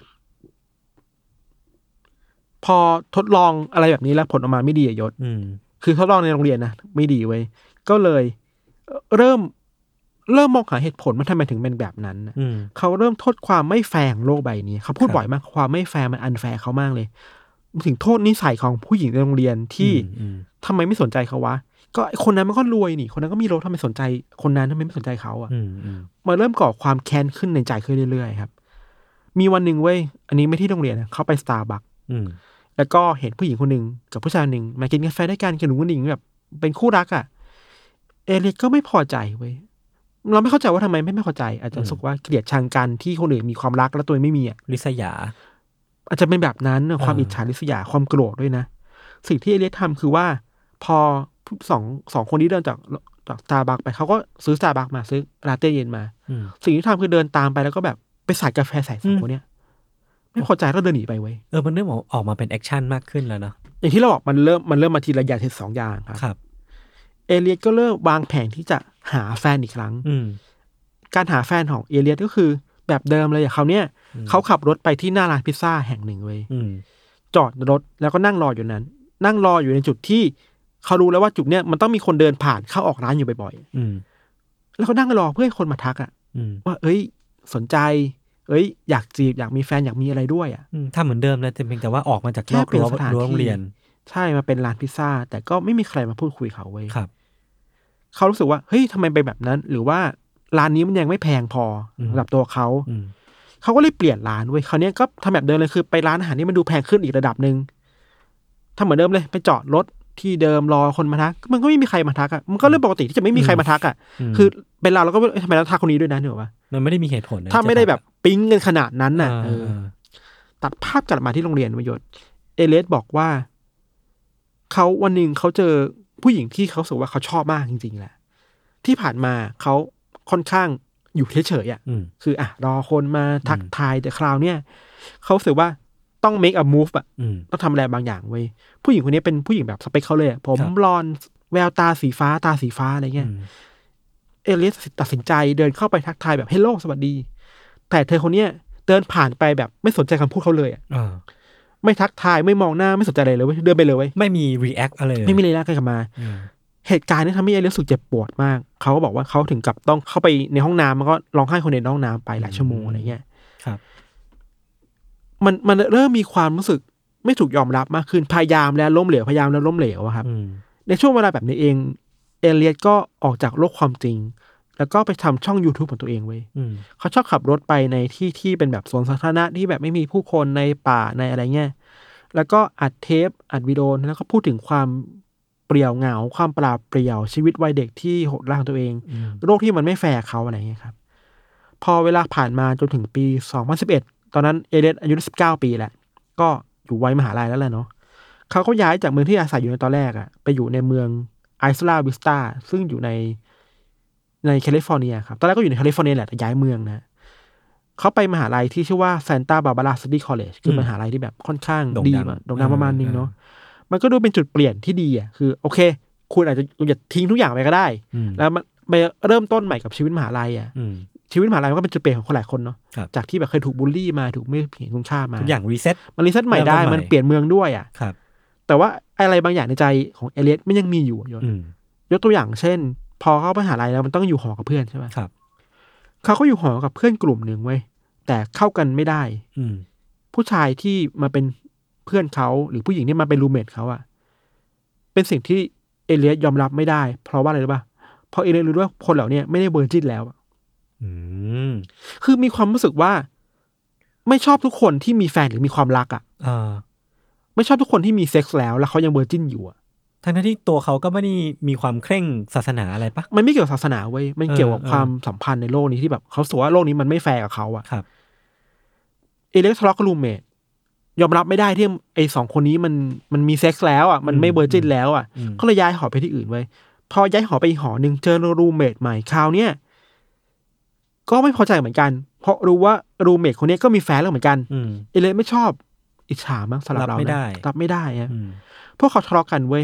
พอทดลองอะไรแบบนี้แล้วผลออกมาไม่ดีอะยศคือทดลองในโรงเรียนนะไม่ดีเว้ยก็เลยเริ่มเริ่มมองหาเหตุผลว่าทำไมถึงเป็นแบบนั้นเขาเริ่มโทษความไม่แฟร์โลกใบนี้เขาพูดบ่อยมากความไม่แฟร์มันอันแฟร์เขามากเลยถึงโทษนิสัยของผู้หญิงในโรงเรียนที่ทำไมไม่สนใจเขาวะก็คนนั้นมันก็รวยนี่คนนั้นก็มีรถทำไมสนใจคนนั้นทำไมไม่สนใจเขาอ่ะมาเริ่มก่อความแค้นขึ้นในใจขึ้นเรื่อยๆครับมีวันหนึ่งเว้ยอันนี้ไม่ที่โรงเรียนนะเขาไปสตาร์บัคแล้วก็เห็นผู้หญิงคนหนึ่งกับผู้ชายหนึ่งมากินกาแฟด้วยกันกันหนุ่มกันหญิงแบบเป็นคู่รักอ่ะเอเลียสก็ไม่พอใจเว้ยเราไม่เข้าใจว่าทำไมไม่ไม่พอใจอาจจะรู้สึกว่าเกลียดชังกันที่คนอื่นมีความรักแล้วตัวเองไม่มีอ่ะริษยาอาจจะเป็นแบบนั้นความอิจฉาริษยาความโกรธด้วยนะสิ่งที่เอเลียสทำคือว่าพอสองสองคนนี้เดินจากจากสตาร์บัคไปเขาก็ซื้อสตาร์บัคมาซื้อลาเต้เย็นมาสิ่งที่ทำคือเดินตามไปแล้วก็แบบไปใส่กาแฟใส่สองคนเนี้ยไม่พอใจก็เดินหนีไปเว้ยเออมันเริ่มออกมาเป็นแอคชั่นมากขึ้นแล้วเนาะอย่างที่เราบอกมันเริ่มมันเริ่มมาทีละอย่างทีสองอย่างครับครับเอเลียสก็เริ่มวางแผนที่จะหาแฟนอีกครั้งการหาแฟนของเอเลียสก็คือแบบเดิมเลยอย่างเขาเนี้ยเขาขับรถไปที่หน้าร้านพิซซ่าแห่งหนึ่งเว้ยจอดรถแล้วก็นั่งรออยู่นั้นนั่งรออยู่ในจุดที่เขารู้แล้วว่าจุดเนี้ยมันต้องมีคนเดินผ่านเข้าออกร้านอยู่บ่อยๆแล้วก็นั่งรอเพื่อให้คนมาทักอ่ะว่าเอ้ยสนใจเอ้ยอยากจีบอยากมีแฟนอยากมีอะไรด้วยอ่ะถ้าเหมือนเดิมเลยแต่เพียงแต่ว่าออกมาจากนอกรั้วโรงเรียนใช่มาเป็นร้านพิซซ่าแต่ก็ไม่มีใครมาพูดคุยเขาเว้ยครับเขารู้สึกว่าเฮ้ยทำไมเป็นแบบนั้นหรือว่าร้านนี้มันยังไม่แพงพอสำหรับตัวเขาเขาก็เลยเปลี่ยนร้านเว้ยคราวนี้ก็ทำแบบเดิมเลยคือไปร้านอาหารที่มันดูแพงขึ้นอีกระดับนึงทำเหมือนเดิมเลยไปจอดรถที่เดิมรอคนมาทักมันก็ไม่มีใครมาทักอ่ะมันก็เรื่องปกติที่จะไม่มีใครมาทักอ่ะคือเป็นเราเราก็ทำไมเราทักคนนี้ด้วยนะเหรอวะมันไม่ได้มีเหตุผลถ้าไม่ได้แบบปิ๊งกันขนาดนั้นน่ะตัดภาพกลับมาที่โรงเรียนประโยชน์เอเลสบอกว่าเขาวันหนึ่งเขาเจอผู้หญิงที่เขาสึกว่าเขาชอบมากจริงๆแหละที่ผ่านมาเขาค่อนข้างอยู่เฉยๆอ่ะคืออ่ะรอคนมาทักทายแต่คราวเนี้ยเขาสึกว่าต้อง make a move อ่ะต้องทำอะไรบางอย่างเว้ยผู้หญิงคนนี้เป็นผู้หญิงแบบสเปคเขาเลยผมบลอนด์แววตาสีฟ้าตาสีฟ้าอะไรเงี้ยเอเลียสตัดสินใจเดินเข้าไปทักทายแบบเฮลโลสวัสดีแต่เธอคนเนี้ยเดินผ่านไปแบบไม่สนใจคำพูดเขาเลยอ่ะไม่ทักทายไม่มองหน้าไม่สนใจอะไรเลยเว้ยเดินไปเลยเว้ยไม่มีรีแอคอะไรไม่มีรีแอคอะไรกลับมาเหตุการณ์นี้ทำให้เอเลียสรู้สึกเจ็บปวดมากเขาก็บอกว่าเขาถึงกับต้องเข้าไปในห้องน้ำมันก็ร้องไห้คนในห้องน้ำไปหลายชั่วโมงอะไรเงี้ยครับมันมันเริ่มมีความรู้สึกไม่ถูกยอมรับมากขึ้นพยายามแล้วล้มเหลวพยายามแล้วล้มเหลวครับในช่วงเวลาแบบนี้เองเอเลียสก็ออกจากโลกความจริงแล้วก็ไปทำช่อง YouTube ของตัวเองไว้เขาชอบขับรถไปในที่ที่เป็นแบบสวนสาธารณะที่แบบไม่มีผู้คนในป่าในอะไรเงี้ยแล้วก็อัดเทปอัดวิดีโอแล้วก็พูดถึงความเปลี่ยวเหงาความปราบเปลี่ยวชีวิตวัยเด็กที่โหดร้ายของตัวเองโรคที่มันไม่แฟร์เขาอะไรเงี้ยครับพอเวลาผ่านมาจนถึงปีสองพันสิบเอ็ดตอนนั้นเอเลียสอายุสิบเก้าปีแหละก็อยู่วัยมหาลัยแล้วแหละเนาะเขาก็ย้ายจากเมืองที่อาศัยอยู่ในตอนแรกอะไปอยู่ในเมืองไอโซลาวิสตาซึ่งอยู่ในในแคลิฟอร์เนียครับตอนแรกก็อยู่ในแคลิฟอร์เนียแหละแต่ย้ายเมืองนะเขาไปมหาลัยที่ชื่อว่า Santa Barbara City College คือมหาลัยที่แบบค่อนข้างดีโด่งดังประมาณนึงเนาะมันก็ดูเป็นจุดเปลี่ยนที่ดีอ่ะคือโอเคคุณอาจจะอย่าทิ้งทุกอย่างไปก็ได้แล้วมันไปเริ่มต้นใหม่กับชีวิตมหาลัยอ่ะชีวิตมหาลัยมันก็เป็นจุดเปลี่ยนของคนหลายคนเนาะจากที่แบบเคยถูกบูลลี่มาถูกไม่เห็นคุณค่ามาทุกอย่างรีเซ็ตมันรีเซ็ตใหม่ได้มันเปลี่ยนเมืองด้วยอ่ะแต่ว่าอะไรบางอย่างในใจของเอเลียสมันยังมีอยู่ยกตัวอย่างเช่นพอเข้ามหาลัยแล้วมันต้องอยู่หอกับเพื่อนใช่ไหมเขาก็อยู่หอกับเพื่อนกลุ่มหนึ่งเว้ยแต่เข้ากันไม่ได้ผู้ชายที่มาเป็นเพื่อนเขาหรือผู้หญิงที่มาเป็นรูมเมทเขาอ่ะเป็นสิ่งที่เอเลียสยอมรับไม่ได้เพราะว่าอะไรรู้ป่ะเพราะเอเลียสรู้ว่าคนเหล่านี้ไม่ได้เวอร์จินแล้วคือมีความรู้สึกว่าไม่ชอบทุกคนที่มีแฟนหรือมีความรักอ่ะไม่ชอบทุกคนที่มีเซ็กส์แล้วแล้วเขายังเวอร์จินอยู่อ่ะทั้งที่ตัวเขาก็ไม่ได้มีความเคร่งศาสนาอะไรปะมันไม่เกี่ยวกับศาสนาเว้ยมันเกี่ยวกับความสัมพันธ์ในโลกนี้ที่แบบเขาสึกว่าโลกนี้มันไม่แฟร์กับเขาอ่ะครับเอเลียสทะเลาะกับรูมเมทยอมรับไม่ได้ที่ไอ้สองคนนี้มันมันมีเซ็กส์แล้วอ่ะมันไม่เวอร์จินแล้วอ่ะก็เลยย้ายหอไปที่อื่นไว้พอย้ายหอไปอีกหอนึงเจอรูมเมทใหม่คราวเนี้ยก็ไม่พอใจเหมือนกันเพราะรู้ว่ารูมเมทคนนี้ก็มีแฟนแล้วเหมือนกันเอเลียสไม่ชอบอิจฉามั้งสำหรับเรานะรับไม่ได้อ่ะพวกเขาทะเลาะกันเว้ย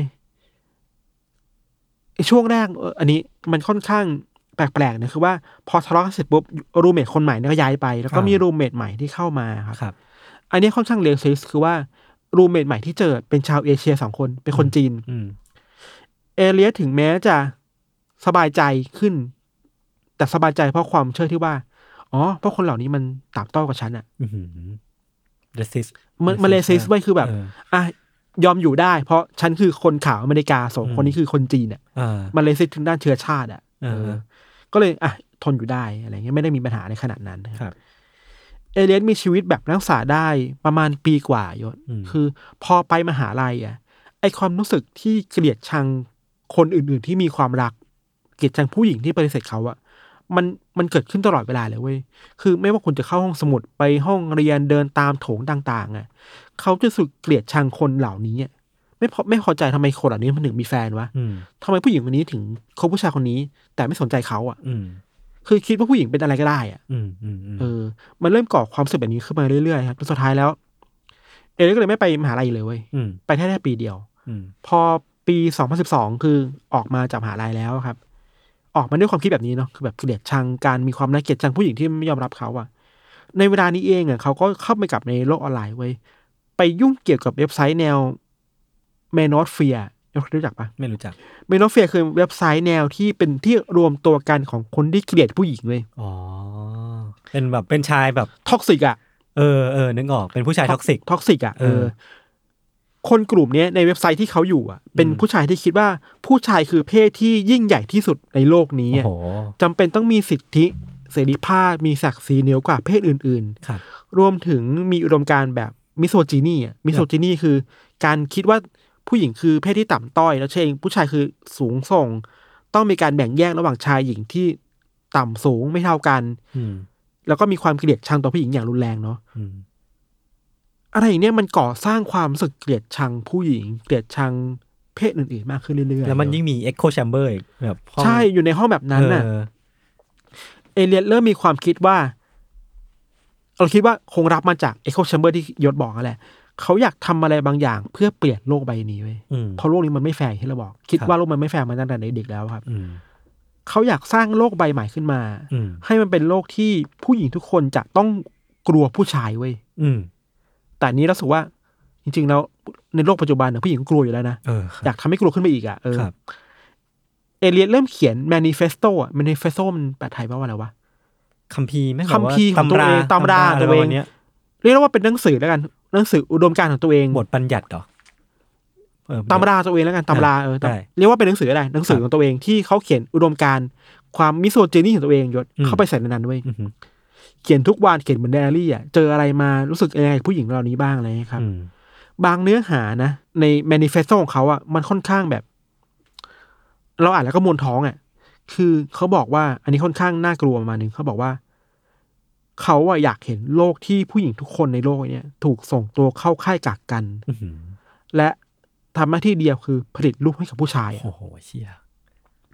ไอ้ช่วงแรกอันนี้มันค่อนข้างแปลกๆนะคือว่าพอทะเลาะกันเสร็จปุ๊บรูมเมทคนใหม่ก็ย้ายไปแล้วก็มีรูมเมทใหม่ที่เข้ามาครับอันนี้ค่อนข้างเลวซิสคือว่ารูมเมทใหม่ที่เจอเป็นชาวเอเชียสองคนเป็นคนจีนเอเลียสถึงแม้จะสบายใจขึ้นแต่สบายใจเพราะความเชื่อที่ว่าอ๋อเพราะคนเหล่านี้มันต่ำต้อยกว่าฉันอ่ะเรซิสมันมันเลซิสไว้คือแบบอ่ะยอมอยู่ได้เพราะฉันคือคนขาวอเมริกาสองคนนี้คือคนจีนอ่ะมันเลซิสถึงด้านเชื้อชาติอ่ะก็เลยอ่ะทนอยู่ได้อะไรเงี้ยไม่ได้มีปัญหาในขนาดนั้นครับเอเลียสมีชีวิตแบบนักศึกษาได้ประมาณปีกว่ายศคือพอไปมหาลัยอ่ะไอความรู้สึกที่เกลียดชังคนอื่นๆที่มีความรักเกลียดชังผู้หญิงที่ปฏิเสธเขาอ่ะมันมันเกิดขึ้นตลอดเวลาเลยเว้ยคือไม่ว่าคุณจะเข้าห้องสมุดไปห้องเรียนเดินตามโถงต่างๆอ่ะเขาจะสึกเกลียดชังคนเหล่านี้ไม่พอไม่พอใจทำไมคนเหล่านี้มันถึงมีแฟนวะทำไมผู้หญิงคนนี้ถึงคบผู้ชายคนนี้แต่ไม่สนใจเขาอ่ะคือคิดว่าผู้หญิงเป็นอะไรก็ได้อ่ะเออมันเริ่มก่อความรู้สึกแบบนี้ขึ้นมาเรื่อยๆครับสุดท้ายแล้วเอเลียสก็เลยไม่ไปมหาลัยเลยเว้ยไปแค่แค่ปีเดียวพอปีสองพันสิบสองคือออกมาจากมหาลัยแล้วครับออกมาด้วยความคิดแบบนี้เนาะคือแบบเกลียดชังการมีความน่าเกลียดชังผู้หญิงที่ไม่ยอมรับเขาอ่ะในเวลานี้เองอ่ะเขาก็เข้าไปกับในโลกออนไลน์เว้ยไปยุ่งเกี่ยวกับเว็บไซต์แนวเมโนสเฟียร์รู้จักปะไม่รู้จักเมโนสเฟียร์คือเว็บไซต์แนวที่เป็นที่รวมตัวกันของคนที่เกลียดผู้หญิงเว้ยอ๋อเป็นแบบเป็นชายแบบท็อกซิกอ่ะเออเออนึกออกเป็นผู้ชายท็อกซิกท็อกซิกอ่ะเออคนกลุ่มนี้ในเว็บไซต์ที่เขาอยู่อ่ะเป็นผู้ชายที่คิดว่าผู้ชายคือเพศที่ยิ่งใหญ่ที่สุดในโลกนี้จำเป็นต้องมีสิทธิเสรีภาพมีศักดิ์ศรีเหนือกว่าเพศอื่นๆรวมถึงมีอุดมการณ์แบบมิโซจินีอ่ะมิโซจินีคือการคิดว่าผู้หญิงคือเพศที่ต่ำต้อยแล้วเองผู้ชายคือสูงส่งต้องมีการแบ่งแยกระหว่างชายหญิงที่ต่ำสูงไม่เท่ากันแล้วก็มีความเกลียดชังต่อผู้หญิงอย่างรุนแรงเนาะอะไรอย่างเนี้ยมันก่อสร้างความรู้สึกเกลียดชังผู้หญิงเกลียดชังเพศอื่นๆมากขึ้นเรื่อยๆแล้วมันยิ่งมี Echo Chamber อีกแบบใช่อยู่ในห้องแบบนั้นน่ะเอเลียสเริ่มมีความคิดว่าเราคิดว่าคงรับมาจาก Echo Chamber ที่ยศบอกนั่นแหละเขาอยากทำอะไรบางอย่างเพื่อเปลี่ยนโลกใบนี้เว้ยเพราะโลกนี้มันไม่แฟร์ที่เราบอกคิดว่าโลกมันไม่แฟร์มาตั้งแต่เด็กแล้วครับเขาอยากสร้างโลกใบใหม่ขึ้นมาให้มันเป็นโลกที่ผู้หญิงทุกคนจะต้องกลัวผู้ชายเว้ยแต่นี้เราสึกว่าจริงๆแล้วในโลกปัจจุบันนะผู้หญิงกลัวอยู่แล้วนะอ, ออยากทำให้กลัวขึ้นไปอีกอ่ะเออเอเลียสเริ่มเขียน manifesto อ่ะ manifesto มันแปลไทยว่าอะไรวะคัมภีร์ไหมคัมภีร์ของตัวเองตำราตัวเองเรียกว่าเป็นหนังสือแล้วกันหนังสืออุดมการณ์ของตัวเองบทบัญญัติเหรอตำราตัวเองแล้วกันตำราเออเรียกว่าเป็นหนังสืออะไรหนังสือของตัวเองที่เขาเขียนอุดมการณ์ความมิโซจินีของตัวเองยศเข้าไปใส่ในนั้นด้วยเขียนทุกวันเขียนเหมือนไดอารี่อ่ะเจออะไรมารู้สึกยังไงผู้หญิงเหล่านี้บ้างอะไรครับบางเนื้อหานะในแมนิเฟสโตของเขาอ่ะมันค่อนข้างแบบเราอ่านแล้วก็มวนท้องอ่ะคือเขาบอกว่าอันนี้ค่อนข้างน่ากลัวประมาณนึงเขาบอกว่าเขาอ่ะอยากเห็นโลกที่ผู้หญิงทุกคนในโลกเนี้ยถูกส่งตัวเข้าค่ายกักกันและทำหน้าที่เดียวคือผลิตลูกให้กับผู้ชายโอ้โหเชี่ย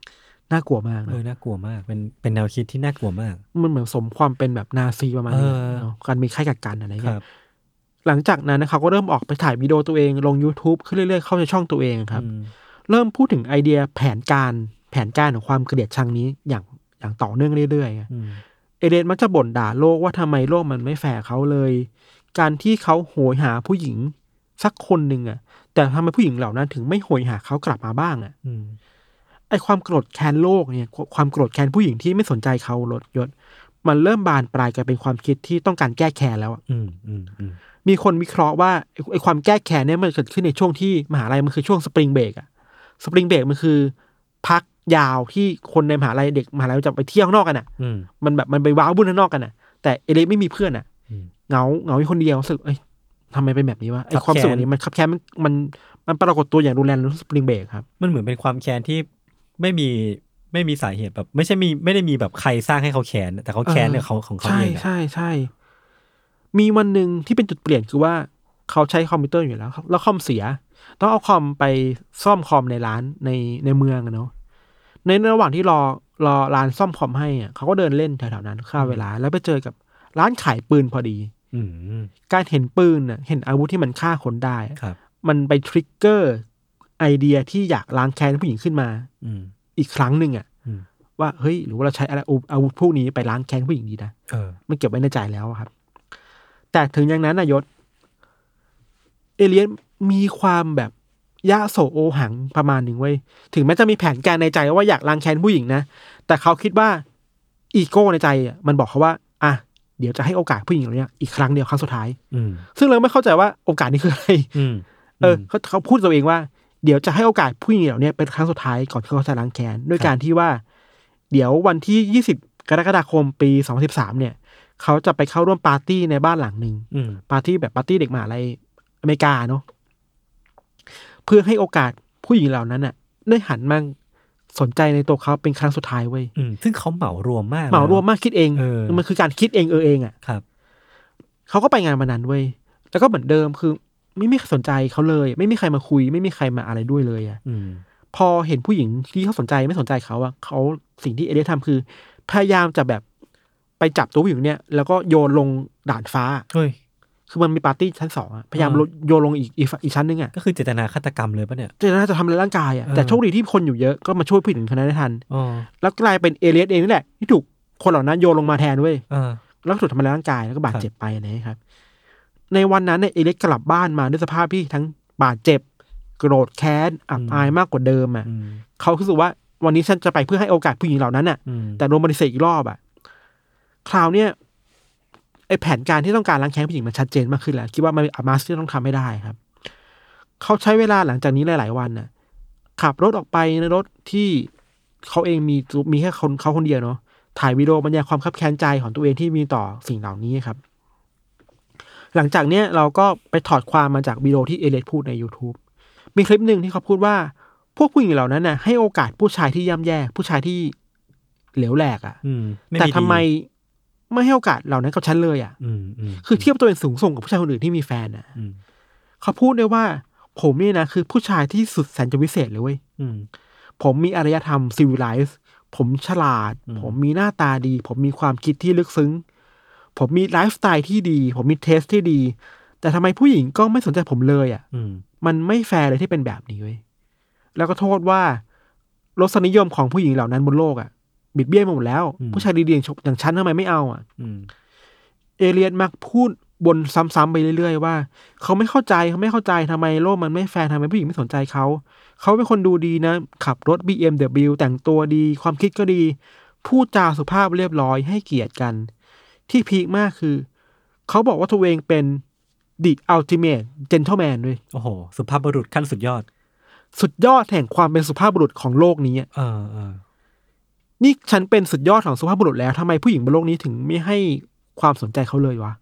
น่ากลัวมากเออน่ากลัวมากเป็นเป็นแนวคิดที่น่ากลัวมากมันเหมือนสมความเป็นแบบนาซีประมาณนี้เนาะการมีค่ายกักกันอะไรเงี้ยหลังจากนั้นนะเขาก็เริ่มออกไปถ่ายวิดีโอตัวเองลง YouTube ขึ้นเรื่อยๆเข้าในช่องตัวเองครับเริ่มพูดถึงไอเดียแผนการแผนการของความเกลียดชังนี้อย่างอย่างต่อเนื่องเรื่อยๆเอเดนมักจะบ่นด่าโลกว่าทำไมโลกมันไม่แฟร์เขาเลยการที่เขาโหยหาผู้หญิงสักคนหนึ่งอ่ะแต่ทำไมผู้หญิงเหล่านั้นถึงไม่โหยหาเขากลับมาบ้างอ่ะไอความโกรธแค้นโลกเนี่ยความโกรธแค้นผู้หญิงที่ไม่สนใจเขาลดยศมันเริ่มบานปลายกลายเป็นความคิดที่ต้องการแก้แค้นแล้วอ่ะมีคนวิเคราะห์ว่าไอความแก้แค้นเนี่ยมันเกิดขึ้นในช่วงที่มหาลัยมันคือช่วงสปริงเบรกอ่ะสปริงเบรกมันคือพักยาวที่คนในมหาลัยเด็กมหาลัยจะไปเที่ยวข้างนอกกันอ่ะมันแบบมันไปว้าวบุญข้างนอกกันอ่ะแต่เอเดนไม่มีเพื่อนอ่ะเหงาเหงาอยู่คนเดียวรู้สึกเอ้ยทำไมเป็นแบบนี้วะไอความสุขนี้มันคับแค้นมันมันมันปรากฏตัวอย่างรุนแรงในสปริงเบรกครับมันเหมือนเป็นความแค้นที่ไม่มีไม่มีสาเหตุแบบไม่ใช่มีไม่ได้มีแบบใครสร้างให้เขาแค้นแต่เขาแค้นเนี่ยเขาของเขาเองใช่ใช่ใช่มีวันหนึ่งที่เป็นจุดเปลี่ยนคือว่าเขาใช้คอมพิวเตอร์อยู่แล้วแล้วคอมเสียต้องเอาคอมไปซ่อมคอมในร้านในในเมืองอะเนาะในระหว่างที่รอรอร้านซ่อมคอมให้อ่ะเขาก็เดินเล่นแถวๆนั้นฆ่าเวลาแล้วไปเจอกับร้านขายปืนพอดีการเห็นปืนน่ะเห็นอาวุธที่มันฆ่าคนได้มันไปทริกเกอร์ไอเดียที่อยากล้างแค้นผู้หญิงขึ้นมาอีกครั้งหนึ่งอ่ะว่าเฮ้ยหรือว่าเราใช้อะไรอาวุธพวกนี้ไปล้างแค้นผู้หญิงดีนะมันเก็บไว้ในใจแล้วครับแต่ถึงอย่างนั้นนายศเอเลียนมีความแบบยะโสโอหังประมาณหนึ่งเว้ยถึงแม้จะมีแผนการในใจว่าอยากล้างแค้นผู้หญิงนะแต่เขาคิดว่าอีโก้ในใจอ่ะมันบอกเขาว่าอ่ะเดี๋ยวจะให้โอกาสผู้หญิงเหล่านี้อีกครั้งเดียวครั้งสุดท้ายซึ่งเราไม่เข้าใจว่าโอกาสนี้คืออะไรเออเขาเขาพูดตัวเองว่าเดี๋ยวจะให้โอกาสผู้หญิงเหล่านี้เป็นครั้งสุดท้ายก่อนที่เขาจะล้างแค้นด้วยการที่ว่าเดี๋ยววันที่ยี่สิบกรกฎาคมปีสองพันสิบสามเนี่ยเขาจะไปเข้าร่วมปาร์ตี้ในบ้านหลังนึงปาร์ตี้แบบปาร์ตี้เด็กมหาลัยอเมริกาเนาะเพื่อให้โอกาสผู้หญิงเหล่านั้นน่ะได้หันมาสนใจในตัวเขาเป็นครั้งสุดท้ายเว้ยซึ่งเขาเหมารวมมากเหมารวมมากคิดเองมันคือการคิดเองเออเองอ่ะครับเขาก็ไปงานวันนั้นเว้ยแล้วก็เหมือนเดิมคือไม่มีใครสนใจเขาเลยไม่มีใครมาคุยไม่มีใครมาอะไรด้วยเลยอ่ะพอเห็นผู้หญิงที่เขาสนใจไม่สนใจเขาอ่ะเขาสิ่งที่เอเดนทำคือพยายามจะแบบไปจับตัวผู้หญิงเนี่ยแล้วก็โยนลงด่านฟ้าเฮ้ยคือมันมีปาร์ตี้ชั้นสองอ่ะพยายามโยนลงอีกอีกชั้นนึงอ่ะก็คือเจตนาฆาตกรรมเลยป่ะเนี่ยเจตนาจะทำอะไรร่างกายอ่ะแต่โชคดีที่คนอยู่เยอะก็มาช่วยผู้หญิงคนนั้นได้ทันแล้วกลายเป็นเอเลียสเองนี่แหละที่ถูกคนเหล่านั้นโยนลงมาแทนเว้ยแล้วถูกทำร้ายร่างกายแล้วก็บาดเจ็บไปนะครับในวันนั้นเนี่ยเอเลียสกลับบ้านมาด้วยสภาพที่ทั้งบาดเจ็บโกรธแค้นอับอายมากกว่าเดิมอ่ะเขาคิดว่าวันนี้ฉันจะไปเพื่อให้โอกาสผู้หญิงเหล่านั้นอ่ะแต่โดนปฏิเสธอีกรอบอ่ะคราวเนี้ยไอแผนการที่ต้องการล้างแค้นผู้หญิงมันชัดเจนมากขึ้นแล้วคิดว่ามันอามาสที่ต้องทำให้ได้ครับเขาใช้เวลาหลังจากนี้หลายๆวันน่ะขับรถออกไปในรถที่เขาเองมีมีแค่คนเขาคนเดียวเนาะถ่ายวิดีโอบรรยายความคับแค้นใจของตัวเองที่มีต่อสิ่งเหล่านี้ครับหลังจากเนี้ยเราก็ไปถอดความมาจากวิดีโอที่เอเลสพูดใน YouTube มีคลิปหนึ่งที่เขาพูดว่าพวกผู้หญิงเหล่านั้นน่ะให้โอกาสผู้ชายที่ย่ำแย่ผู้ชายที่เหลวแหลกอ่ะแต่ทำไมไม่ให้โอกาสเหล่านั้นกับฉันเลยอ่ะคือเทียบตัวเองสูงส่งกับผู้ชายคนอื่นที่มีแฟนอ่ะเขาพูดได้ว่าผมนี่นะคือผู้ชายที่สุดแสนจะวิเศษเลยเว้ยผมมีอารยธรรมซิวิไลซ์ผมฉลาดผมมีหน้าตาดีผมมีความคิดที่ลึกซึ้งผมมีไลฟ์สไตล์ที่ดีผมมีเทสที่ดีแต่ทำไมผู้หญิงก็ไม่สนใจผมเลยอ่ะมันไม่แฟร์เลยที่เป็นแบบนี้เว้ยแล้วก็โทษว่ารสนิยมของผู้หญิงเหล่านั้นบนโลกอ่ะบิดเบี้ยวหมดแล้วผู้ชายดีๆอย่างฉันทำไมไม่เอาอ่ะเอเลียนมักพูดบนซ้ำๆไปเรื่อยๆว่าเขาไม่เข้าใจเขาไม่เข้าใจทำไมโลกมันไม่แฟร์ทำไมผู้หญิงไม่สนใจเขาเขาเป็นคนดูดีนะขับรถ บี เอ็ม ดับเบิลยู แต่งตัวดีความคิดก็ดีพูดจาสุภาพเรียบร้อยให้เกียรติกันที่พีคมากคือเขาบอกว่าตัวเองเป็น the ultimate gentleman ด้วยโอ้โหสุภาพบุรุษขั้นสุดยอดสุดยอดแห่งความเป็นสุภาพบุรุษของโลกนี้เออนี่ฉันเป็นสุดยอดของสุภาพบุรุษแล้วทำไมผู้หญิงบนโลกนี้ถึงไม่ให้ความสนใจเขาเลยวะ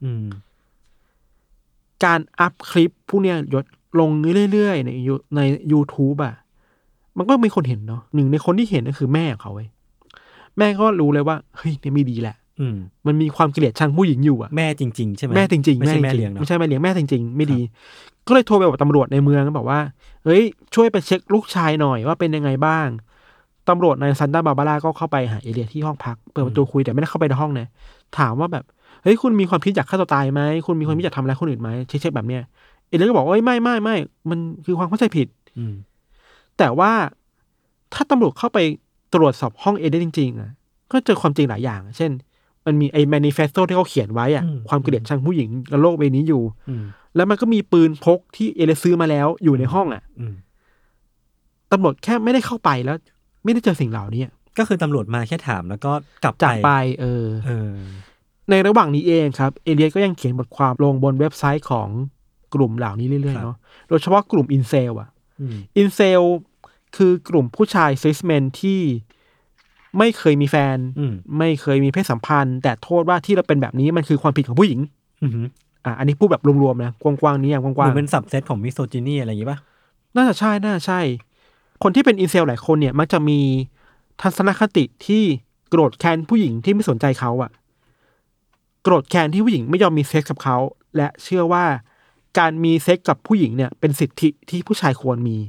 การอัพคลิปพวกเนี้ยยศลงเรื่อยๆในใน YouTube อ่ะมันก็มีคนเห็นเนาะหนึ่งในคนที่เห็นก็คือแม่ของเขาเว้ยแม่ก็รู้เลยว่าเฮ้ยนี่ไม่ดีแหละมันมีความเกลียดชังผู้หญิงอยู่อ่ะแม่จริงๆใช่ไหมแม่จริงๆไม่ใช่แม่เลี้ยงไม่ใช่แม่เลี้ยงแม่จริงๆไม่ดีก็เลยโทรไปบอกตำรวจในเมืองบอกว่าเฮ้ยช่วยไปเช็คลูกชายหน่อยว่าเป็นยังไงบ้างตำรวจในซันตาบาบาร่าก็เข้าไปหาเอเลียตที่ห้องพักเปิดประตูคุยแต่ไม่ได้เข้าไปในห้องนะถามว่าแบบเฮ้ยคุณมีความคิดอยากฆ่าตัวตายไหมคุณมีความคิดอยากทำอะไรคนอื่นไหมเช็คๆแบบเนี้ยเอเลียตก็บอกว่าไม่ไม่ไม่มันคือความเข้าใจผิดแต่ว่าถ้าตำรวจเข้าไปตรวจสอบห้องเอเลียตจริงๆอ่ะก็เจอความจริงหลายอย่างเช่นมันมีไอ้แมนิเฟสโตที่เขาเขียนไว้อ่ะความเกลียดชังผู้หญิงในโลกใบนี้อยู่แล้วมันก็มีปืนพกที่เอเลียตซื้อมาแล้วอยู่ในห้องอ่ะตำรวจแค่ไม่ได้เข้าไปแล้วไม่ได้เจอสิ่งเหล่านี้ก็คือตำรวจมาแค่ถามแล้วก็กลับจากไปเออเออในระหว่างนี้เองครับเอเลียตก็ยังเขียนบทความลงบนเว็บไซต์ของกลุ่มเหล่านี้เรื่อยๆเนาะโดยเฉพาะกลุ่มอินเซลอ่ะอินเซลคือกลุ่มผู้ชายซิสเมนที่ไม่เคยมีแฟนไม่เคยมีเพศสัมพันธ์แต่โทษว่าที่เราเป็นแบบนี้มันคือความผิดของผู้หญิงอ่ะอันนี้พูดแบบรวมๆนะกว้างๆนี้อย่างกว้างๆเหมือนเป็นสับเซตของมิโซจินีอะไรอย่างงี้ป่ะน่าจะใช่น่าใช่คนที่เป็นอินเซลหลายคนเนี่ยมักจะมีทัศนคติที่โกรธแค้นผู้หญิงที่ไม่สนใจเขาอ่ะโกรธแค้นที่ผู้หญิงไม่ยอมมีเซ็กส์กับเขาและเชื่อว่าการมีเซ็กส์กับผู้หญิงเนี่ยเป็นสิทธิที่ผู้ชายควรมี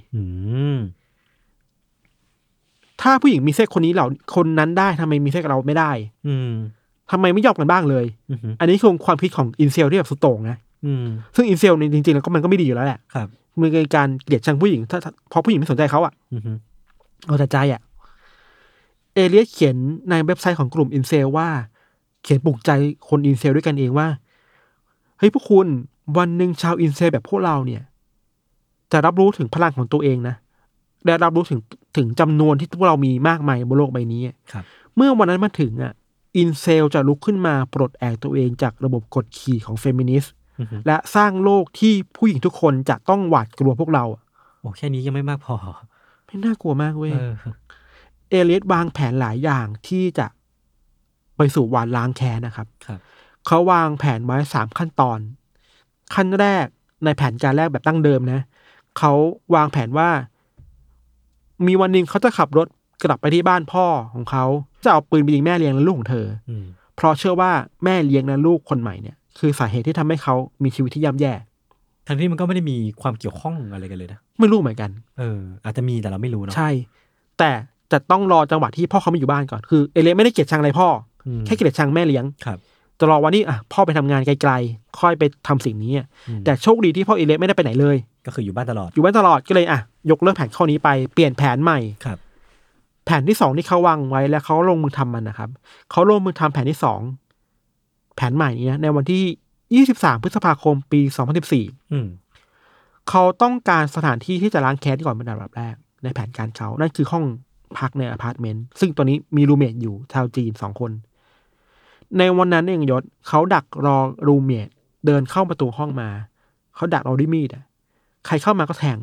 ถ้าผู้หญิงมีเซ็กคนนี้เหล่าคนนั้นได้ทำไมมีเซ็กเราไม่ได้ทำไมไม่ยอมกันบ้างเลยอันนี้คือความคิดของอินเซลที่แบบสุดโต่งนะซึ่งอินเซลจริงๆแล้วก็มันก็ไม่ดีอยู่แล้วแหละมันเป็นการเกลียดชังผู้หญิงถ้าเพราะผู้หญิงไม่สนใจเขาอ่ะเอาแต่ใจอ่ะเอเลียตเขียนในเว็บไซต์ของกลุ่มอินเซลว่าเขียนปลุกใจคนอินเซลด้วยกันเองว่าเฮ้ยพวกคุณวันหนึ่งชาวอินเซลแบบพวกเราเนี่ยจะรับรู้ถึงพลังของตัวเองนะและรับรู้ถึงถึงจำนวนที่พวกเรามีมากมายบนโลกใบนี้เมื่อวันนั้นมาถึงอ่ะอินเซลจะลุกขึ้นมาปลดแอกตัวเองจากระบบกดขี่ของเฟมินิสต์และสร้างโลกที่ผู้หญิงทุกคนจะต้องหวาดกลัวพวกเราโอ้แค่นี้ยังไม่มากพอไม่น่ากลัวมากเว้ยเอเลียตวางแผนหลายอย่างที่จะไปสู่วันล้างแค้นนะครับเขาวางแผนไว้สามขั้นตอนขั้นแรกในแผนการแรกแบบตั้งเดิมนะเขาวางแผนว่ามีวันหนึ่งเขาจะขับรถกลับไปที่บ้านพ่อของเขาจะเอาปืนไปยิงแม่เลี้ยงและลูกของเธอเพราะเชื่อว่าแม่เลี้ยงและลูกคนใหม่เนี่ยคือสาเหตุที่ทำให้เขามีชีวิตที่ย่ำแย่ทั้งที่มันก็ไม่ได้มีความเกี่ยวข้องอะไรกันเลยนะไม่รู้เหมือนกันเอออาจจะมีแต่เราไม่รู้เนาะใช่แต่จะต้องรอจังหวะที่พ่อเขาไม่อยู่บ้านก่อนคือเอเลียตไม่ได้เกลียดชังอะไรพ่อแค่เกลียดชังแม่เลี้ยงจะรอวันนี้อ่ะพ่อไปทำงานไกลๆค่อยไปทำสิ่งนี้แต่โชคดีที่พ่อเอเลียตไม่ได้ไปไหนเลยก็คืออยู่บ้านตลอดอยู่บ้านตลอดก็เลยอ่ะยกเลิกแผนข้อนี้ไปเปลี่ยนแผนใหม่ครับแผนที่สองที่เขาวางไว้แล้วเขาลงมือทำมันนะครับเขาลงมือทำแผนที่สองแผนใหม่นี้นะในวันที่ยี่สิบสามพฤษภาคมปีสองพันสิบสี่เขาต้องการสถานที่ที่จะล้างแค้นก่อนเป็นอันดับแรกในแผนการเขานั่นคือห้องพักในอพาร์ตเมนต์ซึ่งตัวนี้มีรูเมทอยู่ชาวจีนสองคนในวันนั้นเองยศเขาดักรอรูเมทเดินเข้าประตูห้องมาเขาดักเราด้วยมีดอ่ะใครเข้ามาก็แทง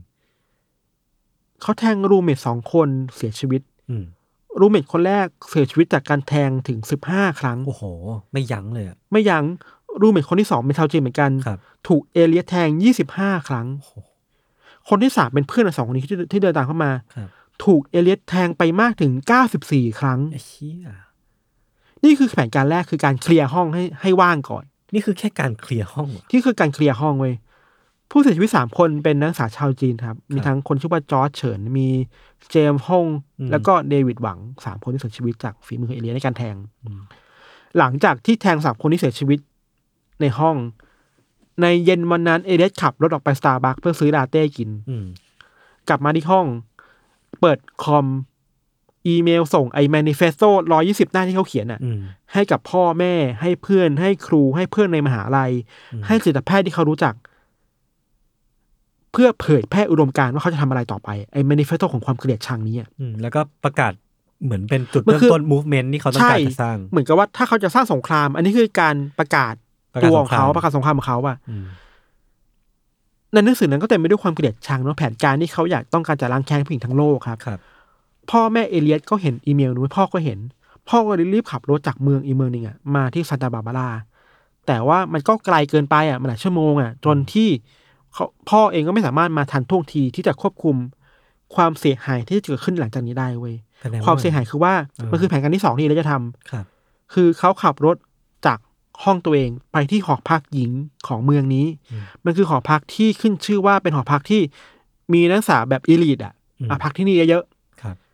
เขาแทงรูเมทสองคนเสียชีวิตรูเมทคนแรกเสียชีวิตจากการแทงถึงสิบห้าครั้งโอ้โหไม่ยั้งเลยอ่ะไม่ยั้งรูเมทคนที่สองเป็นชาวจีนเหมือนกันถูกเอเลียตแทงยี่สิบห้าครั้งคนที่สามเป็นเพื่อนของสองคนนี้ที่ที่เดินตามเข้ามาถูกเอเลียตแทงไปมากถึงเก้าสิบสี่ครั้งไอ้เหี้ยนี่คือแผนการแรกคือการเคลียร์ห้องให้ให้ว่างก่อนนี่คือแค่การเคลียร์ห้องที่คือการเคลียร์ห้องเว้ยผู้เสียชีวิตสามคนเป็นนักศึกษาชาวจีนครับมีทั้งคนชื่อว่าจอร์จเฉินมีเจมส์ฮงแล้วก็เดวิดหวังสามคนที่เสียชีวิตจากฝีมือของเอเลียตในการแทงหลังจากที่แทงสามคนที่เสียชีวิตในห้องในเย็นวันนั้นเอเลียตขับรถออกไปสตาร์บัคเพื่อซื้อลาเต้กินกลับมาที่ห้องเปิดคอมอีเมลส่งไอ้แมนิเฟสโต้หนึ่งร้อยยี่สิบหน้าที่เขาเขียนน่ะให้กับพ่อแม่ให้เพื่อนให้ครูให้เพื่อนในมหาลัยให้จิตแพทย์ที่เขารู้จักเพื่อเผยแพร่อุดมการณ์ว่าเขาจะทำอะไรต่อไปไอ้แมนิเฟสโต้ของความเกลียดชังนี้อ่ะแล้วก็ประกาศเหมือนเป็นจุดเริ่มต้น movement ที่เขาต้องการจะสร้างเหมือนกับว่าถ้าเขาจะสร้างสงครามอันนี้คือการประกาศตัวของเขาประกาศสงครามของเขาอ่ะในหนังสือนั้นก็เต็มไปด้วยความเกลียดชังเนาะแผนการที่เขาอยากต้องการจะล้างแค้นผู้หญิงทั้งโลกครับพ่อแม่เอเลียตก็เห็นอีเมลนู้นพ่อก็เห็นพ่อก็เลยรีบขับรถจากเมืองอีเมืองนึงอ่ะมาที่ซานตาบาบาร่าแต่ว่ามันก็ไกลเกินไปอ่ะมันหลายชั่วโมงอ่ะจนที่เขาพ่อเองก็ไม่สามารถมาทันท่วงทีที่จะควบคุมความเสียหายที่จะเกิดขึ้นหลังจากนี้ได้เว้ยความเสียหายคือว่ามันคือแผนการที่สองที่เอเลียตจะทำคือเขาขับรถจากห้องตัวเองไปที่หอพักหญิงของเมืองนี้มันคือหอพักที่ขึ้นชื่อว่าเป็นหอพักที่มีนักศึกษาแบบอีลิทอ่ะพักที่นี่เยอะๆ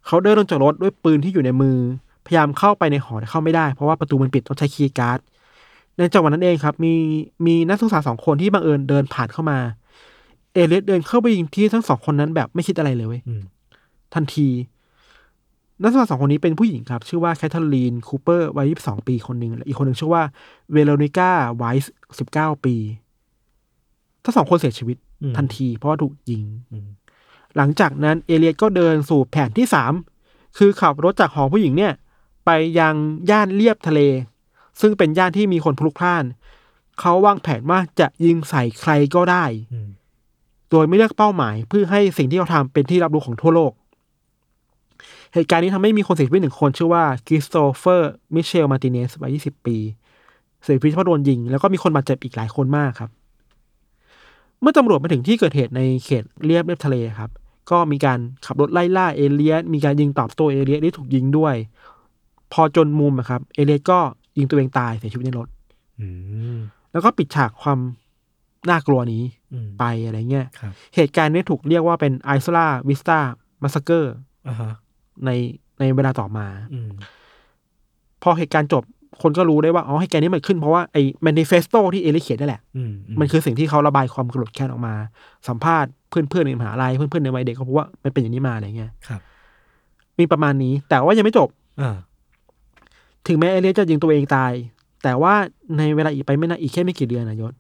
เขาเดินลงจากรถด้วยปืนที่อยู่ในมือพยายามเข้าไปในหอแต่เข้าไม่ได้เพราะว่าประตูมันปิดต้องใช้คีย์การ์ดในจังหวะนั้นเองครับมีมีนักศึกษาสองคนที่บังเอิญเดินผ่านเข้ามาเอเลียสเดินเข้าไปยิงที่ทั้งสองคนนั้นแบบไม่คิดอะไรเลยเว้ยทันทีนักศึกษาสองคนนี้เป็นผู้หญิงครับชื่อว่าแคทเธอรีนคูเปอร์วัยยี่สิบสองปีคนหนึ่งและอีกคนหนึ่งชื่อว่าเวโรนิก้าไวส์สิบเก้าปีทั้งสองคนเสียชีวิตทันทีเพราะว่าถูกยิงหลังจากนั้นเอเลียสก็เดินสู่แผนที่สามคือขับรถจากหอผู้หญิงเนี่ยไปยังย่านเลียบทะเลซึ่งเป็นย่านที่มีคนพลุกพล่านเขาวางแผนว่าจะยิงใส่ใครก็ได้โดยไม่เลือกเป้าหมายเพื่อให้สิ่งที่เขาทำเป็นที่รับรู้ของทั่วโลกเหตุการณ์นี้ทำให้มีคนเสียชีวิตหนึ่งคนชื่อว่าคริสโตเฟอร์มิเชลมาร์ติเนสวัยยี่สิบปีเสียชีวิตเพราะโดนยิงแล้วก็มีคนบาดเจ็บอีกหลายคนมากครับเมื่อตำรวจมาถึงที่เกิดเหตุในเขตเลียบเลียบทะเลครับก็มีการขับรถไล่ล่าเอเลียสมีการยิงตอบโต้เอเลียสที่ถูกยิงด้วยพอจนมุมอะครับเอเลียสก็ยิงตัวเองตายเสียชีวิตในรถแล้วก็ปิดฉากความน่ากลัวนี้ไปอะไรเงี้ยเหตุการณ์นี้ถูกเรียกว่าเป็นไอโซลาวิสตามาสเกอร์ในในเวลาต่อมาพอเหตุการณ์จบคนก็รู้ได้ว่าอ๋อเหตุการณ์นี้มันขึ้นเพราะว่าไอ้แมนิเฟสโตที่เอลิเขียนนั่นแหละมันคือสิ่งที่เขาระบายความโกรธแค้นออกมาสัมภาษณ์เพื่อนๆในมหาลัยเพื่อนๆในวัยเด็กเขาบอกว่ามันเป็นอย่างนี้มาอะไรเงี้ยมีประมาณนี้แต่ว่ายังไม่จบถึงแม้เอเลียสจะยิงตัวเองตายแต่ว่าในเวลาอีกไปไม่นานอีกแค่ไม่กี่เดือนนะยศ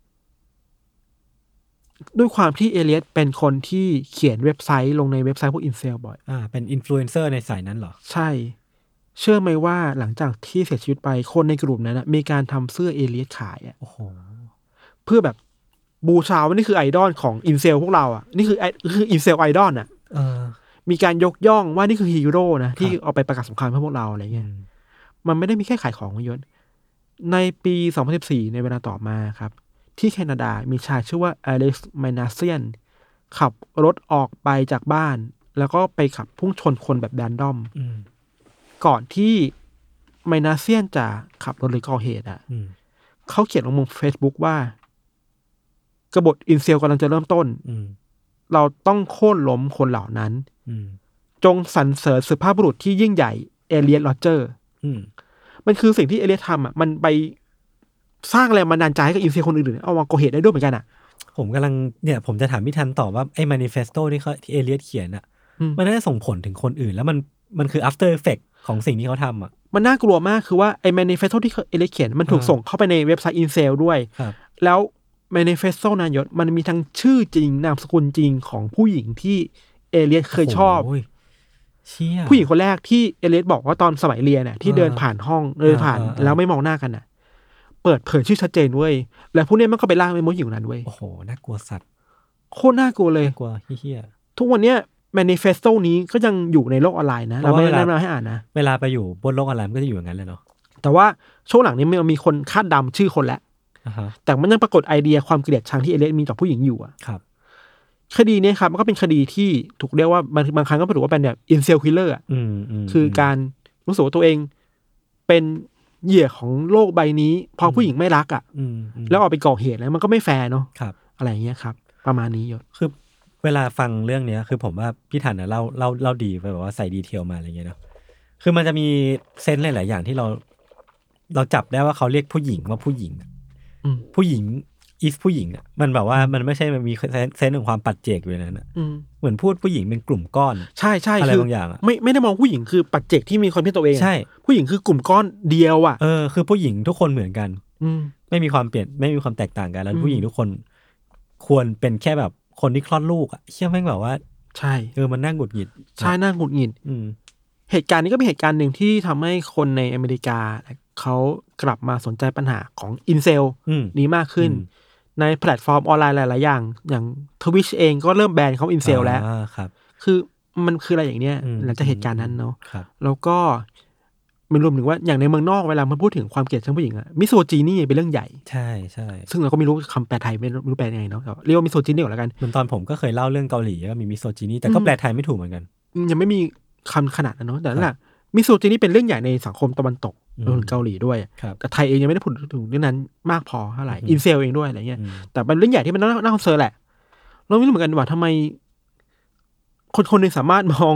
ด้วยความที่เอเลียสเป็นคนที่เขียนเว็บไซต์ลงในเว็บไซต์พวกอินเซลบ่อยอ่าเป็นอินฟลูเอนเซอร์ในสายนั้นเหรอใช่เชื่อไหมว่าหลังจากที่เสียชีวิตไปคนในกลุ่มนั้นนะมีการทำเสื้อเอเลียสขายอ่ะโอ้โหเพื่อแบบบูชาว่านี่คือไอดอลของอินเซลพวกเราอ่ะนี่คือคืออินเซลไอดอลอ่ะเออมีการยกย่องว่านี่คือฮีโร่นะที่เอาไปประกาศสงครามเพื่อพวกเราอะไรเงี้ยมันไม่ได้มีแค่ขายของยศในปีสองพันสิบสี่ในเวลาต่อมาครับที่แคนาดามีชายชื่อว่าอเล็กซ์ไมนาเซียนขับรถออกไปจากบ้านแล้วก็ไปขับพุ่งชนคนแบบแรนดอมก่อนที่ไมนาเซียนจะขับรถหรือก่อเหตุอ่ะเขาเขียนลงบน Facebook ว่ากบฏอินเซลกำลังจะเริ่มต้นเราต้องโค่นล้มคนเหล่านั้นจงสรรเสริญสุภาพบุรุษที่ยิ่งใหญ่เอเลียส โรเจอร์มันคือสิ่งที่เอเลียสทำอ่ะมันไปสร้างแรงบันดาลใจให้กับอินเซลคนอื่นๆเอามาก่อเหตุได้ด้วยเหมือนกันอ่ะผมกำลังเนี่ยผมจะถามพี่ทันต่อว่าไอ้ manifesto ที่เขาที่เอเลียสเขียนอ่ะมันน่าจะส่งผลถึงคนอื่นแล้วมันมันคือ after effect ของสิ่งที่เขาทำอ่ะมันน่ากลัวมากคือว่าไอ้ manifesto ที่เอเลียสเขียนมันถูกส่งเข้าไปในเว็บไซต์อินเซลด้วยแล้ว manifesto นั้นยศมันมีทั้งชื่อจริงนามสกุลจริงของผู้หญิงที่เอเลียสเคยชอบผู้หญิงคนแรกที่เอเลียสบอกว่าตอนสมัยเรียนน่ะที่เดินผ่านห้องเดินผ่านแล้วไม่มองหน้ากันน่ะเปิดเผยชื่อชัดเจนเว้ยแล้วพวกนี้มันก็ไปล่าไอ้มดหญิงนั้นเว้ยโอ้โหน่ากลัวสัตว์โคตรน่ากลัวเลยกลัวเหี้ยทุกวันเนี้ย manifesto นี้ก็ยังอยู่ในโลกออนไลน์นะเราไม่ได้แนะนำให้อ่านนะเวลาไปอยู่บนโลกออนไลน์มันก็จะอยู่อย่างนั้นเลยเนาะแต่ว่าช่วงหลังนี้มันมีคนคาดเดาชื่อคนแล้วแต่มันยังปรากฏไอเดียความเกลียดชังที่เอเลียสมีต่อผู้หญิงอยู่อ่ะครับคดีนี้ครับมันก็เป็นคดีที่ถูกเรียกว่าบางบางครั้งก็ถือว่าเป็นแบบอินเซลคิลเลอร์อ่ะคือการรู้สึกว่าตัวเองเป็นเหยื่อของโลกใบนี้พอผู้หญิงไม่รักอ่ะแล้วออกไปก่อเหตุแล้วมันก็ไม่แฟร์เนาะอะไรอย่างเงี้ยครับประมาณนี้ยศคือเวลาฟังเรื่องเนี้ยคือผมว่าพี่ทันน่ะเล่าเล่าเล่าดีไปแบบว่าใส่ดีเทลมาอะไรเงี้ยเนาะคือมันจะมีเซนส์หลายๆอย่างที่เราเราจับได้ว่าเขาเรียกผู้หญิงว่าผู้หญิงผู้หญิงอีสผู้หญิงอ่ะมันแบบว่ามันไม่ใช่มันมีเซนส์ของความปัจเจกอยู่ในนั้นอ่ะเหมือนพูดผู้หญิงเป็นกลุ่มก้อนใช่ใช่อะไรบางอย่างอ่ะไม่ไม่ได้มองผู้หญิงคือปัจเจกที่มีคนเป็นตัวเองใช่ผู้หญิงคือกลุ่มก้อนเดียวอ่ะเออคือผู้หญิงทุกคนเหมือนกันไม่มีความเปลี่ยนไม่มีความแตกต่างกันแล้วผู้หญิงทุกคนควรเป็นแค่แบบคนที่คลอดลูกอ่ะเชื่อแม่งแบบว่าใช่เออมันน่าหงุดหงิดใช่น่าหงุดหงิดเหตุการณ์นี้ก็เป็นเหตุการณ์หนึ่งที่ทำให้คนในอเมริกาเขากลับมาสนใจปัญหาของอินเซลนี้มากขึ้นในแพลตฟอร์มออนไลน์หลายๆอย่างอย่าง Twitch เองก็เริ่มแบนเขาอินเซลแล้วคือมันคืออะไรอย่างเนี้ยหลังจากเหตุการณ์นั้นเนาะแล้วก็มันรวมถึงว่าอย่างในเมืองนอกเวลามันพูดถึงความเกลียดชังผู้หญิงอะมิโซจีนี่เป็นเรื่องใหญ่ใช่ใช่ซึ่งเราก็ไม่รู้คำแปลไทยไม่รู้แปลยังไงเนาะเรียกว่ามิโซจีนี่ก่อนแล้วกันเหมือนตอนผมก็เคยเล่าเรื่องเกาหลีก็มีมิโซจีนี่แต่ก็แปลไทยไม่ถูกเหมือนกันยังไม่มีคำขนาดนั้นเนาะแต่นั่นแหละมิโซจีนี่เป็นเรื่องใหญ่ในสังคมตะวันตกรวมถึงเกาหลีด้วยแต่ไทยเองยังไม่ได้พูดถึงเรื่องนั้นมากพอเท่าไหร่อินเซลเองด้วยอะไรเงี้ยแต่เป็นเรื่องใหญ่ที่มันน่าน่าคอนเซิร์นแหละเราไม่รู้เหมือนกันว่าทำไมคนคนนึงสามารถมอง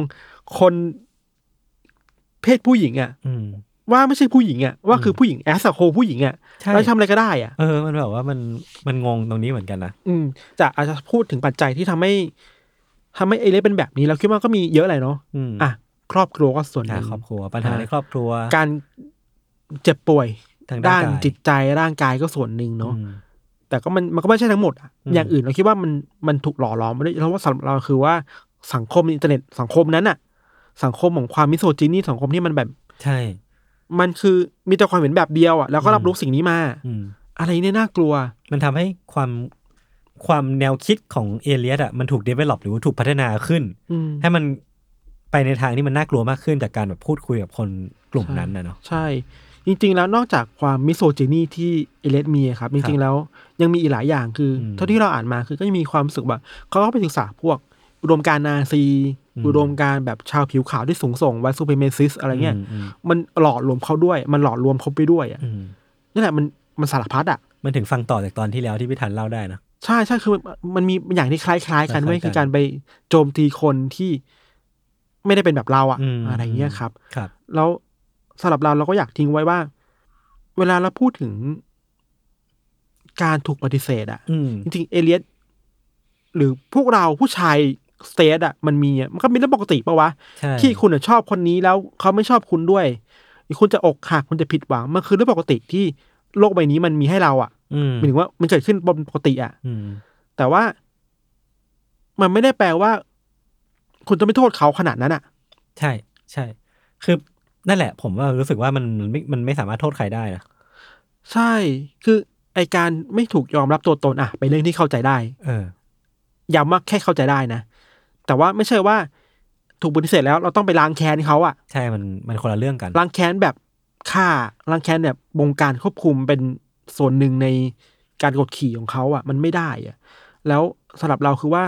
คนเพศผู้หญิงอ่ะว่าไม่ใช่ผู้หญิงอ่ะว่าคือผู้หญิงแอสโคผู้หญิงอ่ะแล้วทำอะไรก็ได้อ่ะเออมันแบบว่ามันมันงงตรงนี้เหมือนกันนะอืมจะอาจจะพูดถึงปัจจัยที่ทำให้ทำให้เอเลียสเป็นแบบนี้แล้วคิดว่าก็มีเยอะเลยเนาะอ่ะครอบครัวก็ส่วนหนึ่งครอบครัวปัญหาในครอบครัวการเจ็บป่วยทางด้านจิตใจร่างกายก็ส่วนหนึ่งเนาะแต่ก็มันมันก็ไม่ใช่ทั้งหมดอ่ะอย่างอื่นเราคิดว่ามันมันถูกหล่อหลอมมาด้วยเพราะว่าสำหรับเราคือว่าสังคมอินเทอร์เน็ตสังคมนั้นอ่ะสังคมของความมิโซจินีสังคมที่มันแบบใช่มันคือมีแต่ความเห็นแบบเดียวอ่ะแล้วก็รับรู้สิ่งนี้มาอะไรเนี่ยน่ากลัวมันทำให้ความความแนวคิดของเอเลียสอ่ะมันถูก develop หรือถูกพัฒนาขึ้นให้มันไปในทางที่มันน่ากลัวมากขึ้นจากการแบบพูดคุยกับคนกลุ่มนั้นนะเนาะใช่จริงๆแล้วนอกจากความมิโซจินีที่เอเลียสมีครับจริงๆแล้วยังมีอีกหลายอย่างคือเท่าที่เราอ่านมาคือก็จะมีความรู้สึกว่าเขาก็ไปศึกษาพวกอุดมการณ์นาซีอุดมการณ์แบบชาวผิวขาวที่สูงส่งไวท์ซูเปอร์เมซิสอะไรเงี้ยมันหล่อรวมเขาด้วยมันหล่อรวมเขาไปด้วยอ่ะนี่แหละมันมันสารพัดอ่ะมันถึงฟังต่อจากตอนที่แล้วที่พี่ธันเล่าได้นะใช่ใช่คือมันมีอย่างที่คล้ายๆกันไว้คือการไปโจมตีคนที่ไม่ได้เป็นแบบเราอ่ะอะไรเงี้ยครับครับแล้วสำหรับเราเราก็อยากทิ้งไว้ว่าเวลาเราพูดถึงการถูกปฏิเสธอ่ะจริงๆเอเลียสหรือพวกเราผู้ชายสเตทอ่ะมันมีอ่ะมันก็เป็นเรื่องปกติปะวะที่คุณชอบคนนี้แล้วเขาไม่ชอบคุณด้วยคุณจะอกหักคุณจะผิดหวังมันคือเรื่องปกติที่โลกใบนี้มันมีให้เราอ่ะหมายถึงว่ามันเกิดขึ้นบนปกติอ่ะแต่ว่ามันไม่ได้แปลว่าคุณจะไม่โทษเขาขนาดนั้นอ่ะใช่ใช่คือนั่นแหละผมว่ารู้สึกว่ามันไม่มันไม่สามารถโทษใครได้นะใช่คือไอการไม่ถูกยอมรับตัวตนอ่ะเป็นเรื่องที่เข้าใจได้เออย้ำว่าแค่เข้าใจได้นะแต่ว่าไม่ใช่ว่าถูกปฏิเสธแล้วเราต้องไปล้างแค้นเขาอ่ะใช่มันมันคนละเรื่องกันล้างแค้นแบบฆ่าล้างแค้นแบบบงการควบคุมเป็นส่วนหนึ่งในการกดขี่ของเขาอ่ะมันไม่ได้อ่ะแล้วสำหรับเราคือว่า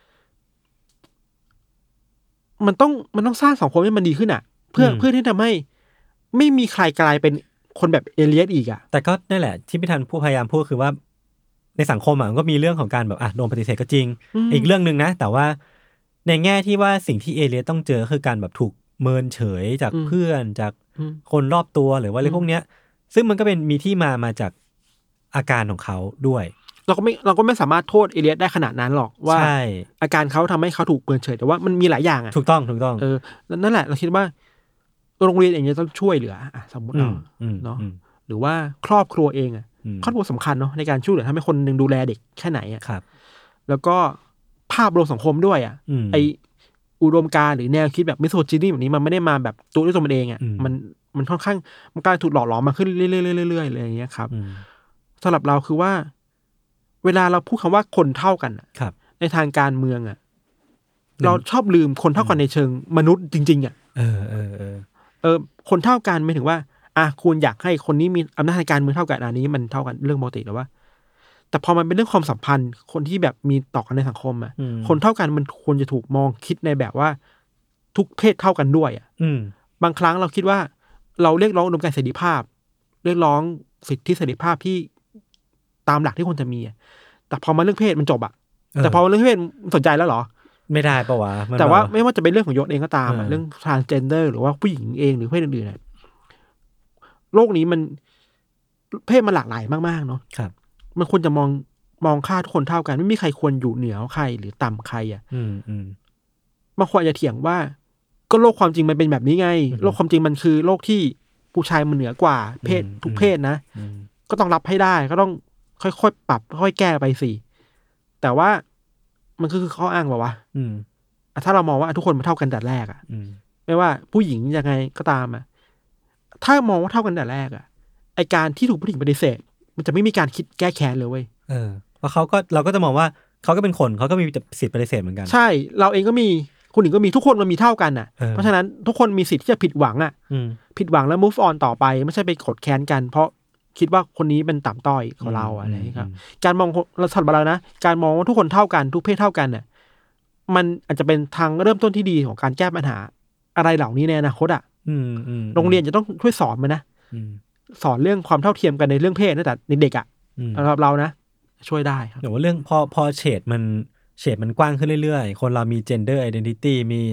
มันต้องมันต้องสร้างสังคมให้มันดีขึ้นอ่ะเพื่อเพื่อที่ทำให้ไม่มีใครกลายเป็นคนแบบเอเลียสอีกอ่ะแต่ก็นั่นแหละที่พี่ธันผู้พยายามพูดคือว่าในสังคมอ่ะมันก็มีเรื่องของการแบบอ่ะโดนปฏิเสธก็จริงอีกเรื่องนึงนะแต่ว่าในแง่ที่ว่าสิ่งที่เอเลียสต้องเจอคือการแบบถูกเมินเฉยจากเพื่อนจากคนรอบตัวหรือว่าอะไรพวกเนี้ยซึ่งมันก็เป็นมีที่มามาจากอาการของเขาด้วยเราก็ไม่เราก็ไม่สามารถโทษเอเลียสได้ขนาดนั้นหรอกว่าอาการเขาทำให้เขาถูกเมินเฉยแต่ว่ามันมีหลายอย่างอ่ะถูกต้องถูกต้องเออนั่นแหละเราคิดว่าโรงเรียนเองจะต้องช่วยเหลืออ่ะสมมติเอาเนาะหรือว่าครอบครัวเองอ่ะครอบครัวสำคัญเนาะในการช่วยเหลือทำให้คนนึงดูแลเด็กแค่ไหนอ่ะครับแล้วก็ภาพรวมสังคมด้วยอ่ะไออุดมการณ์หรือแนวคิดแบบมิโซจินีแบบนี้มันไม่ได้มาแบบตัวด้วยตัวมันเองอ่ะมันมันค่อนข้างมันกลายถูกหล่อหลอมมาขึ้นเรื่อยๆๆๆเลยอย่างเงี้ยครับสำหรับเราคือว่าเวลาเราพูดคำว่าคนเท่ากันในทางการเมืองอ่ะเราชอบลืมคนเท่ากันในเชิงมนุษย์จริงๆอ่ะเออเออเออเออคนเท่ากันไม่ถึงว่าอ่ะคุณอยากให้คนนี้มีอำนาจในการเมืองเท่ากันอันนี้มันเท่ากันเรื่องปกติหรือว่าแต่พอมันเป็นเรื่องความสัมพันธ์คนที่แบบมีต่อกันในสังคมอ่ะคนเท่ากันมันควรจะถูกมองคิดในแบบว่าทุกเพศเท่ากันด้วยอ่ะบางครั้งเราคิดว่าเราเรียกร้องอุดมการณ์เสรีภาพเรียกร้องสิทธิเสรีภาพที่ตามหลักที่ควรจะมีแต่พอมาเรื่องเพศมันจบอ่ะแต่พอเรื่องเพศสนใจแล้วเหรอไม่ได้ปะวะแต่ว่าไม่ว่าจะเป็นเรื่องของยศเองก็ตามเรื่อง transgender หรือว่าผู้หญิงเองหรือเพศอื่นๆโลกนี้มันเพศมันหลากหลายมากๆเนาะครับมันควรจะมองมองค่าทุกคนเท่ากันไม่มีใครควรอยู่เหนือใครหรือต่ำใครอ่ะอืมอืมบางคนจะเถียงว่าก็โลกความจริงมันเป็นแบบนี้ไงโลกความจริงมันคือโลกที่ผู้ชายมันเหนือกว่าเพศทุกเพศนะก็ต้องรับให้ได้ก็ต้องค่อยๆปรับค่อยๆแก้ไปสิแต่ว่ามันก็คือข้ออ้างว่าว่าถ้าเรามองว่าทุกคนมันเท่ากันแต่แรกอ่ะไม่ว่าผู้หญิงยังไงก็ตามอ่ะถ้ามองว่าเท่ากันแต่แรกอ่ะไอการที่ถูกผู้หญิงปฏิเสธมันจะไม่มีการคิดแก้แค้นเลยเว้ยเออเพราะเขาก็เราก็จะมองว่าเขาก็เป็นคนเขาก็มีสิทธิ์ปฏิเสธเหมือนกันใช่เราเองก็มีคนอื่นก็มีทุกคนมันมีเท่ากันอ่ะเพราะฉะนั้นทุกคนมีสิทธิ์ที่จะผิดหวังอ่ะผิดหวังแล้ว move on ต่อไปไม่ใช่ไปกดแค้นกันเพราะคิดว่าคนนี้เป็นต่ำต้อยของเราอะไรอย่างนี้ครับการมองเราสำหรับเรานะการมองว่าทุกคนเท่ากันทุกเพศเท่ากันเนี่ยมันอาจจะเป็นทางเริ่มต้นที่ดีของการแก้ปัญหาอะไรเหล่านี้ในอนาคตอ่ะโรงเรียนจะต้องช่วยสอนมันนะสอนเรื่องความเท่าเทียมกันในเรื่องเพศตั้งแต่เด็กๆอ่ะสำหรับเรานะช่วยได้ครับแต่ว่าเรื่องพอพอเฉดมันเฉดมันกว้างขึ้นเรื่อยๆคนเรามี gender identity มี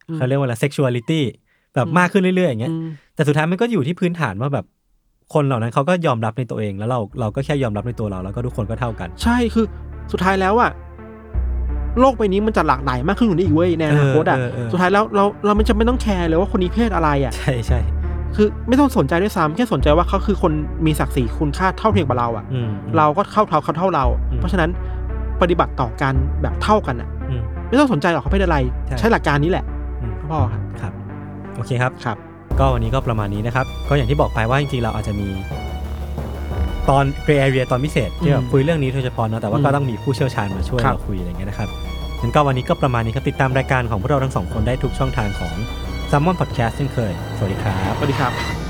เขาเรียกว่าอะไร sexuality แบบมากขึ้นเรื่อยๆอย่างเงี้ยแต่สุดท้ายมันก็อยู่ที่พื้นฐานว่าแบบคนเหล่านั้นเขาก็ยอมรับในตัวเองแล้วเราเราก็แค่ยอมรับในตัวเราแล้วก็ทุกคนก็เท่ากันใช่คือสุดท้ายแล้วอ่ะโลกใบนี้มันจะหลากหลายมากขึ้นกว่านี้อีกเว้ยในอนาคตอ่ะสุดท้ายแล้วเราเราไม่จำเป็นต้องแคร์เลยว่าคนนี้เพศอะไรอ่ะใช่ใช่คือไม่ต้องสนใจด้วยซ้ำแค่สนใจว่าเขาคือคนมีศักดิ์ศรีคุณค่าเท่าเทียมกับเราอ่ะเราก็เข้าเท่าเขาเท่าเราเพราะฉะนั้นปฏิบัติต่อกันแบบเท่ากันอ่ะไม่ต้องสนใจหรอกเขาเพศอะไรใช้หลักการนี้แหละพอครับครับโอเคครับครับก็วันนี้ก็ประมาณนี้นะครับก็อย่างที่บอกไปว่าจริงๆเราอาจจะมีตอน Gray Area ตอนพิเศษที่แบบคุยเรื่องนี้โดยเฉพาะเนาะแต่ว่าก็ต้องมีผู้เชี่ยวชาญมาช่วยเราคุยอะไรเงี้ยนะครับงั้นก็วันนี้ก็ประมาณนี้ครับติดตามรายการของพวกเราทั้งสองคนได้ทุกช่องทางของ Salmon Podcast เช่นเคยสวัสดีครับสวัสดีครับ